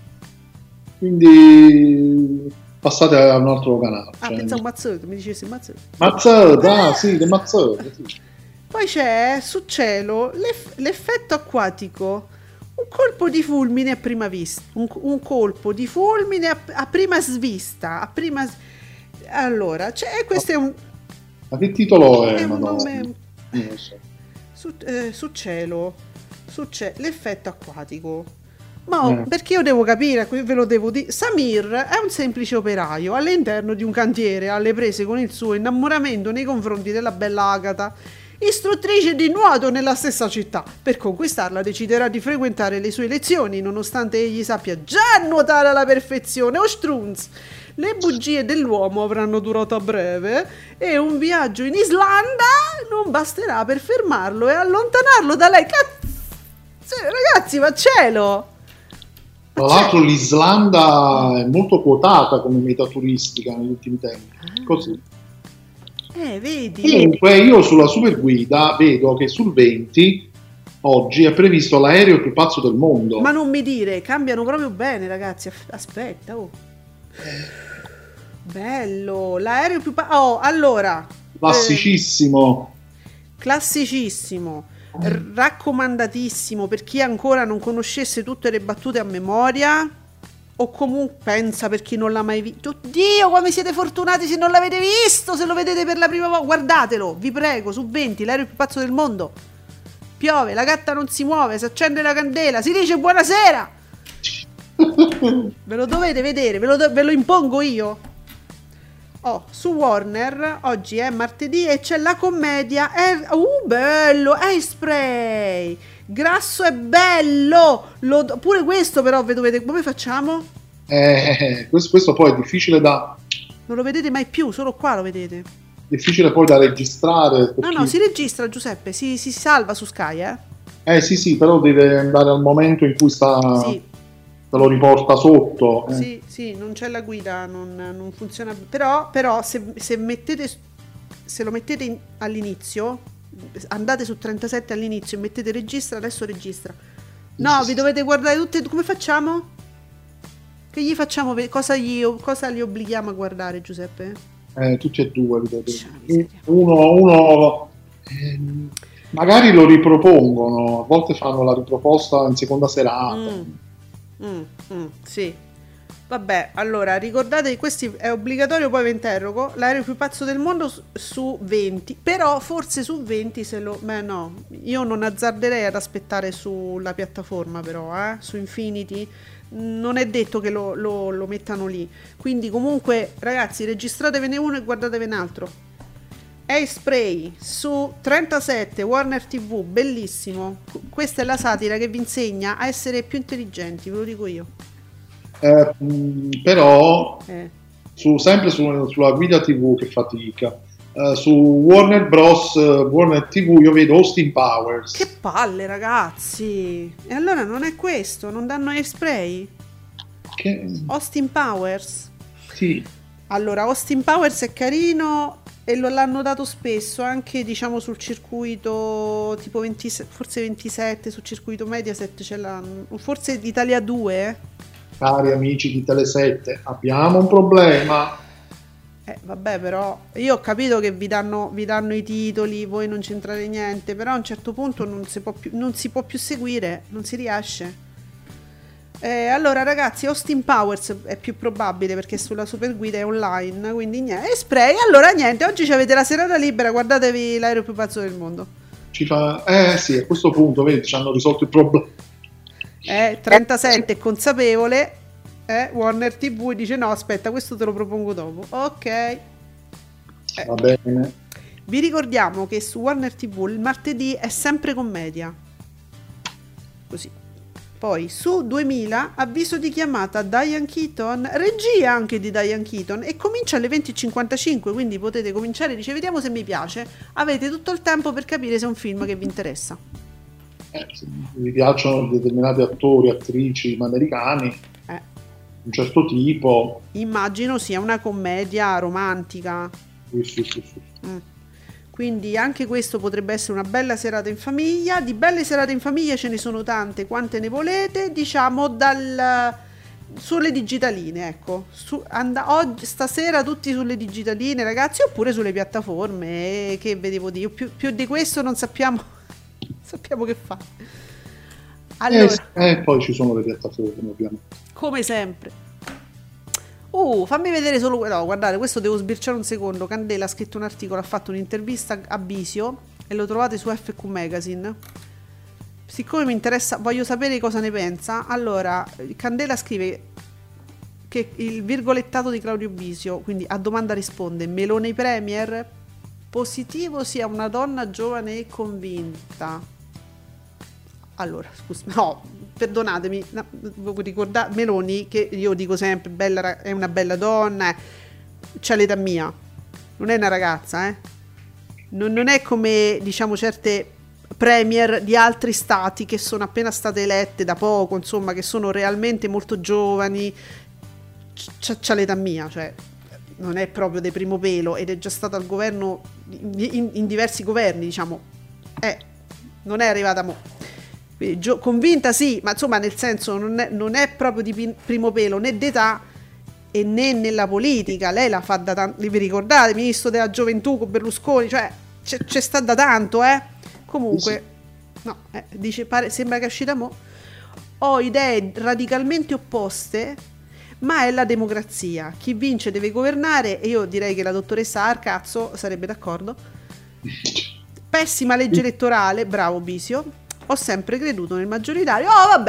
passate a un altro canale. pensavo Mazzotti, mi dicessi Mazzotti. Mazzotti, sì, del Mazzotti. Sì. Poi c'è su cielo l'effetto acquatico, un colpo di fulmine a prima vista, un colpo di fulmine a prima svista, allora, questo è un... Ma che titolo è? È un Madonna? nome... Non lo so. Su cielo, l'effetto acquatico. Ma perché io devo capire, ve lo devo dire. Samir è un semplice operaio all'interno di un cantiere alle prese con il suo innamoramento nei confronti della bella Agatha, istruttrice di nuoto nella stessa città. Per conquistarla deciderà di frequentare le sue lezioni, nonostante egli sappia già nuotare alla perfezione. Ostrunz! Le bugie dell'uomo avranno durato a breve e un viaggio in Islanda non basterà per fermarlo e allontanarlo da lei. Ragazzi, ma cielo! Tra l'altro l'Islanda è molto quotata come meta turistica negli ultimi tempi. Così. Vedi? Comunque io sulla Superguida vedo che sul 20 oggi è previsto l'aereo più pazzo del mondo. Ma non mi dire, cambiano proprio bene, ragazzi. Aspetta, bello, l'aereo più allora, Classicissimo. Raccomandatissimo per chi ancora non conoscesse tutte le battute a memoria, o comunque pensa per chi non l'ha mai visto. Oddio, come siete fortunati se non l'avete visto, se lo vedete per la prima volta, guardatelo, vi prego, su 20, l'aereo più pazzo del mondo. Piove, la gatta non si muove, si accende la candela, si dice buonasera. Ve lo dovete vedere, ve lo impongo io. Su Warner oggi è martedì e c'è la commedia bello, Hairspray, grasso e bello, pure questo però ve dovete, come facciamo? Questo poi è difficile non lo vedete mai più, solo qua lo vedete, difficile poi da registrare. No, si registra, Giuseppe, si salva su Sky, sì, però deve andare al momento in cui sta, sì. te lo riporta sotto. Sì, non c'è la guida, non funziona. Però se lo mettete all'inizio, andate su 37 all'inizio e mettete registra, adesso registra. No, vi dovete guardare tutte. Come facciamo? Che gli facciamo? Cosa gli obblighiamo a guardare, Giuseppe? Tutti e due. Uno magari lo ripropongono, a volte fanno la riproposta in seconda serata. Sì. Vabbè, allora ricordate che questo è obbligatorio, poi vi interrogo. L'aereo più pazzo del mondo su 20. Però forse su 20 no, io non azzarderei ad aspettare sulla piattaforma, però su Infinity non è detto che lo mettano lì. Quindi comunque ragazzi, registratevene uno e guardatevene un altro. Hairspray su 37 Warner TV, bellissimo. Questa è la satira che vi insegna a essere più intelligenti, ve lo dico io. Però sempre sulla guida TV che fatica, su Warner Bros. Warner TV io vedo Austin Powers. Che palle, ragazzi! E allora non è questo, non danno Hairspray? Austin Powers? Sì. Allora, Austin Powers è carino e l'hanno dato spesso anche, diciamo, sul circuito tipo 27, forse 27, sul circuito Mediaset ce l'hanno, forse Italia 2. Cari amici di Tele7, abbiamo un problema. Vabbè, però io ho capito che vi danno i titoli, voi non c'entrate niente, però a un certo punto non si può più seguire, non si riesce. Allora ragazzi, Austin Powers è più probabile perché sulla Superguida è online, quindi niente. E Spray, allora niente, oggi avete la serata libera, guardatevi l'aereo più pazzo del mondo. Sì, a questo punto vedi, ci hanno risolto il problema. 37 è consapevole, Warner TV dice no, aspetta, questo te lo propongo dopo. Ok. Va bene. Vi ricordiamo che su Warner TV il martedì è sempre commedia. Così. Poi su 2000 avviso di chiamata Diane Keaton, regia anche di Diane Keaton, e comincia alle 20:55, quindi potete cominciare, dice vediamo se mi piace, avete tutto il tempo per capire se è un film che vi interessa. Se vi piacciono determinati attori, attrici americani, un certo tipo, immagino sia una commedia romantica. Sì. Quindi anche questo potrebbe essere una bella serata in famiglia. Di belle serate in famiglia ce ne sono tante, quante ne volete, diciamo sulle digitaline, ecco. Oggi, stasera tutti sulle digitaline, ragazzi, oppure sulle piattaforme, che vedevo dire. Più di questo non sappiamo che fare. Allora, poi ci sono le piattaforme, ovviamente. Come sempre. Fammi vedere solo. No, guardate, questo devo sbirciare un secondo. Candela ha scritto un articolo, ha fatto un'intervista a Bisio e lo trovate su FQ Magazine. Siccome mi interessa, voglio sapere cosa ne pensa. Allora, Candela scrive che il virgolettato di Claudio Bisio, quindi a domanda risponde: Meloni Premier? Positivo sia una donna giovane e convinta. Allora, scusa, no, perdonatemi, ricordate Meloni, che io dico sempre, è una bella donna, c'ha l'età mia, non è una ragazza, non è come, diciamo, certe premier di altri stati che sono appena state elette da poco, insomma, che sono realmente molto giovani, c'ha l'età mia, cioè non è proprio di primo pelo ed è già stata al governo, in diversi governi, diciamo, non è arrivata mo'. Convinta sì, ma insomma nel senso non è proprio di primo pelo né d'età e né nella politica. Lei la fa da tanto, vi ricordate, ministro della gioventù con Berlusconi, cioè c'è sta da tanto, comunque sì. No, dice, sembra che è uscita mo'. Ho idee radicalmente opposte, ma è la democrazia, chi vince deve governare, e io direi che la dottoressa Arcazzo sarebbe d'accordo. Pessima legge elettorale, bravo Bisio. Ho sempre creduto nel maggioritario.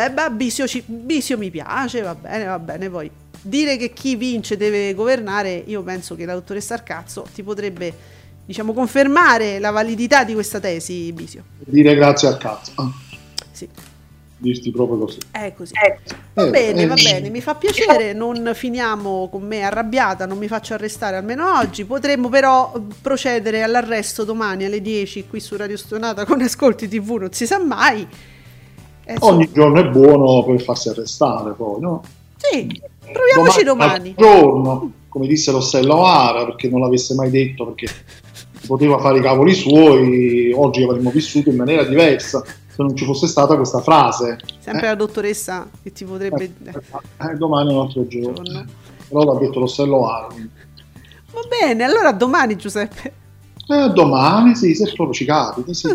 Bisio mi piace, va bene. Poi dire che chi vince deve governare, io penso che la dottoressa Arcazzo ti potrebbe, diciamo, confermare la validità di questa tesi, Bisio. Dire grazie al cazzo. Sì. Dirti proprio così. È così. Va bene, mi fa piacere, non finiamo con me arrabbiata, non mi faccio arrestare almeno oggi. Potremmo però procedere all'arresto domani alle 10 qui su Radio Stonata con Ascolti TV, non si sa mai. Ogni giorno è buono per farsi arrestare, poi, no? Sì, proviamoci domani. Giorno, come disse l'Ostello Ara, perché non l'avesse mai detto, perché poteva fare i cavoli suoi, oggi avremmo vissuto in maniera diversa se non ci fosse stata questa frase. Sempre la dottoressa che ti potrebbe... domani è un altro giorno. Però l'ha detto l'Ostello Ara. Va bene, allora a domani, Giuseppe. Domani, sì, se proprio ci capita, sì.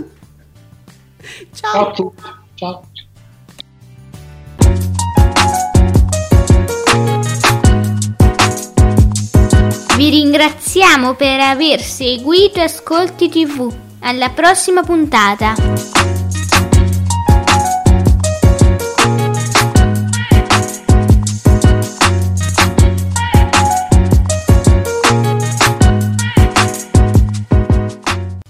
Ciao. Ciao. Vi ringraziamo per aver seguito Ascolti TV. Alla prossima puntata.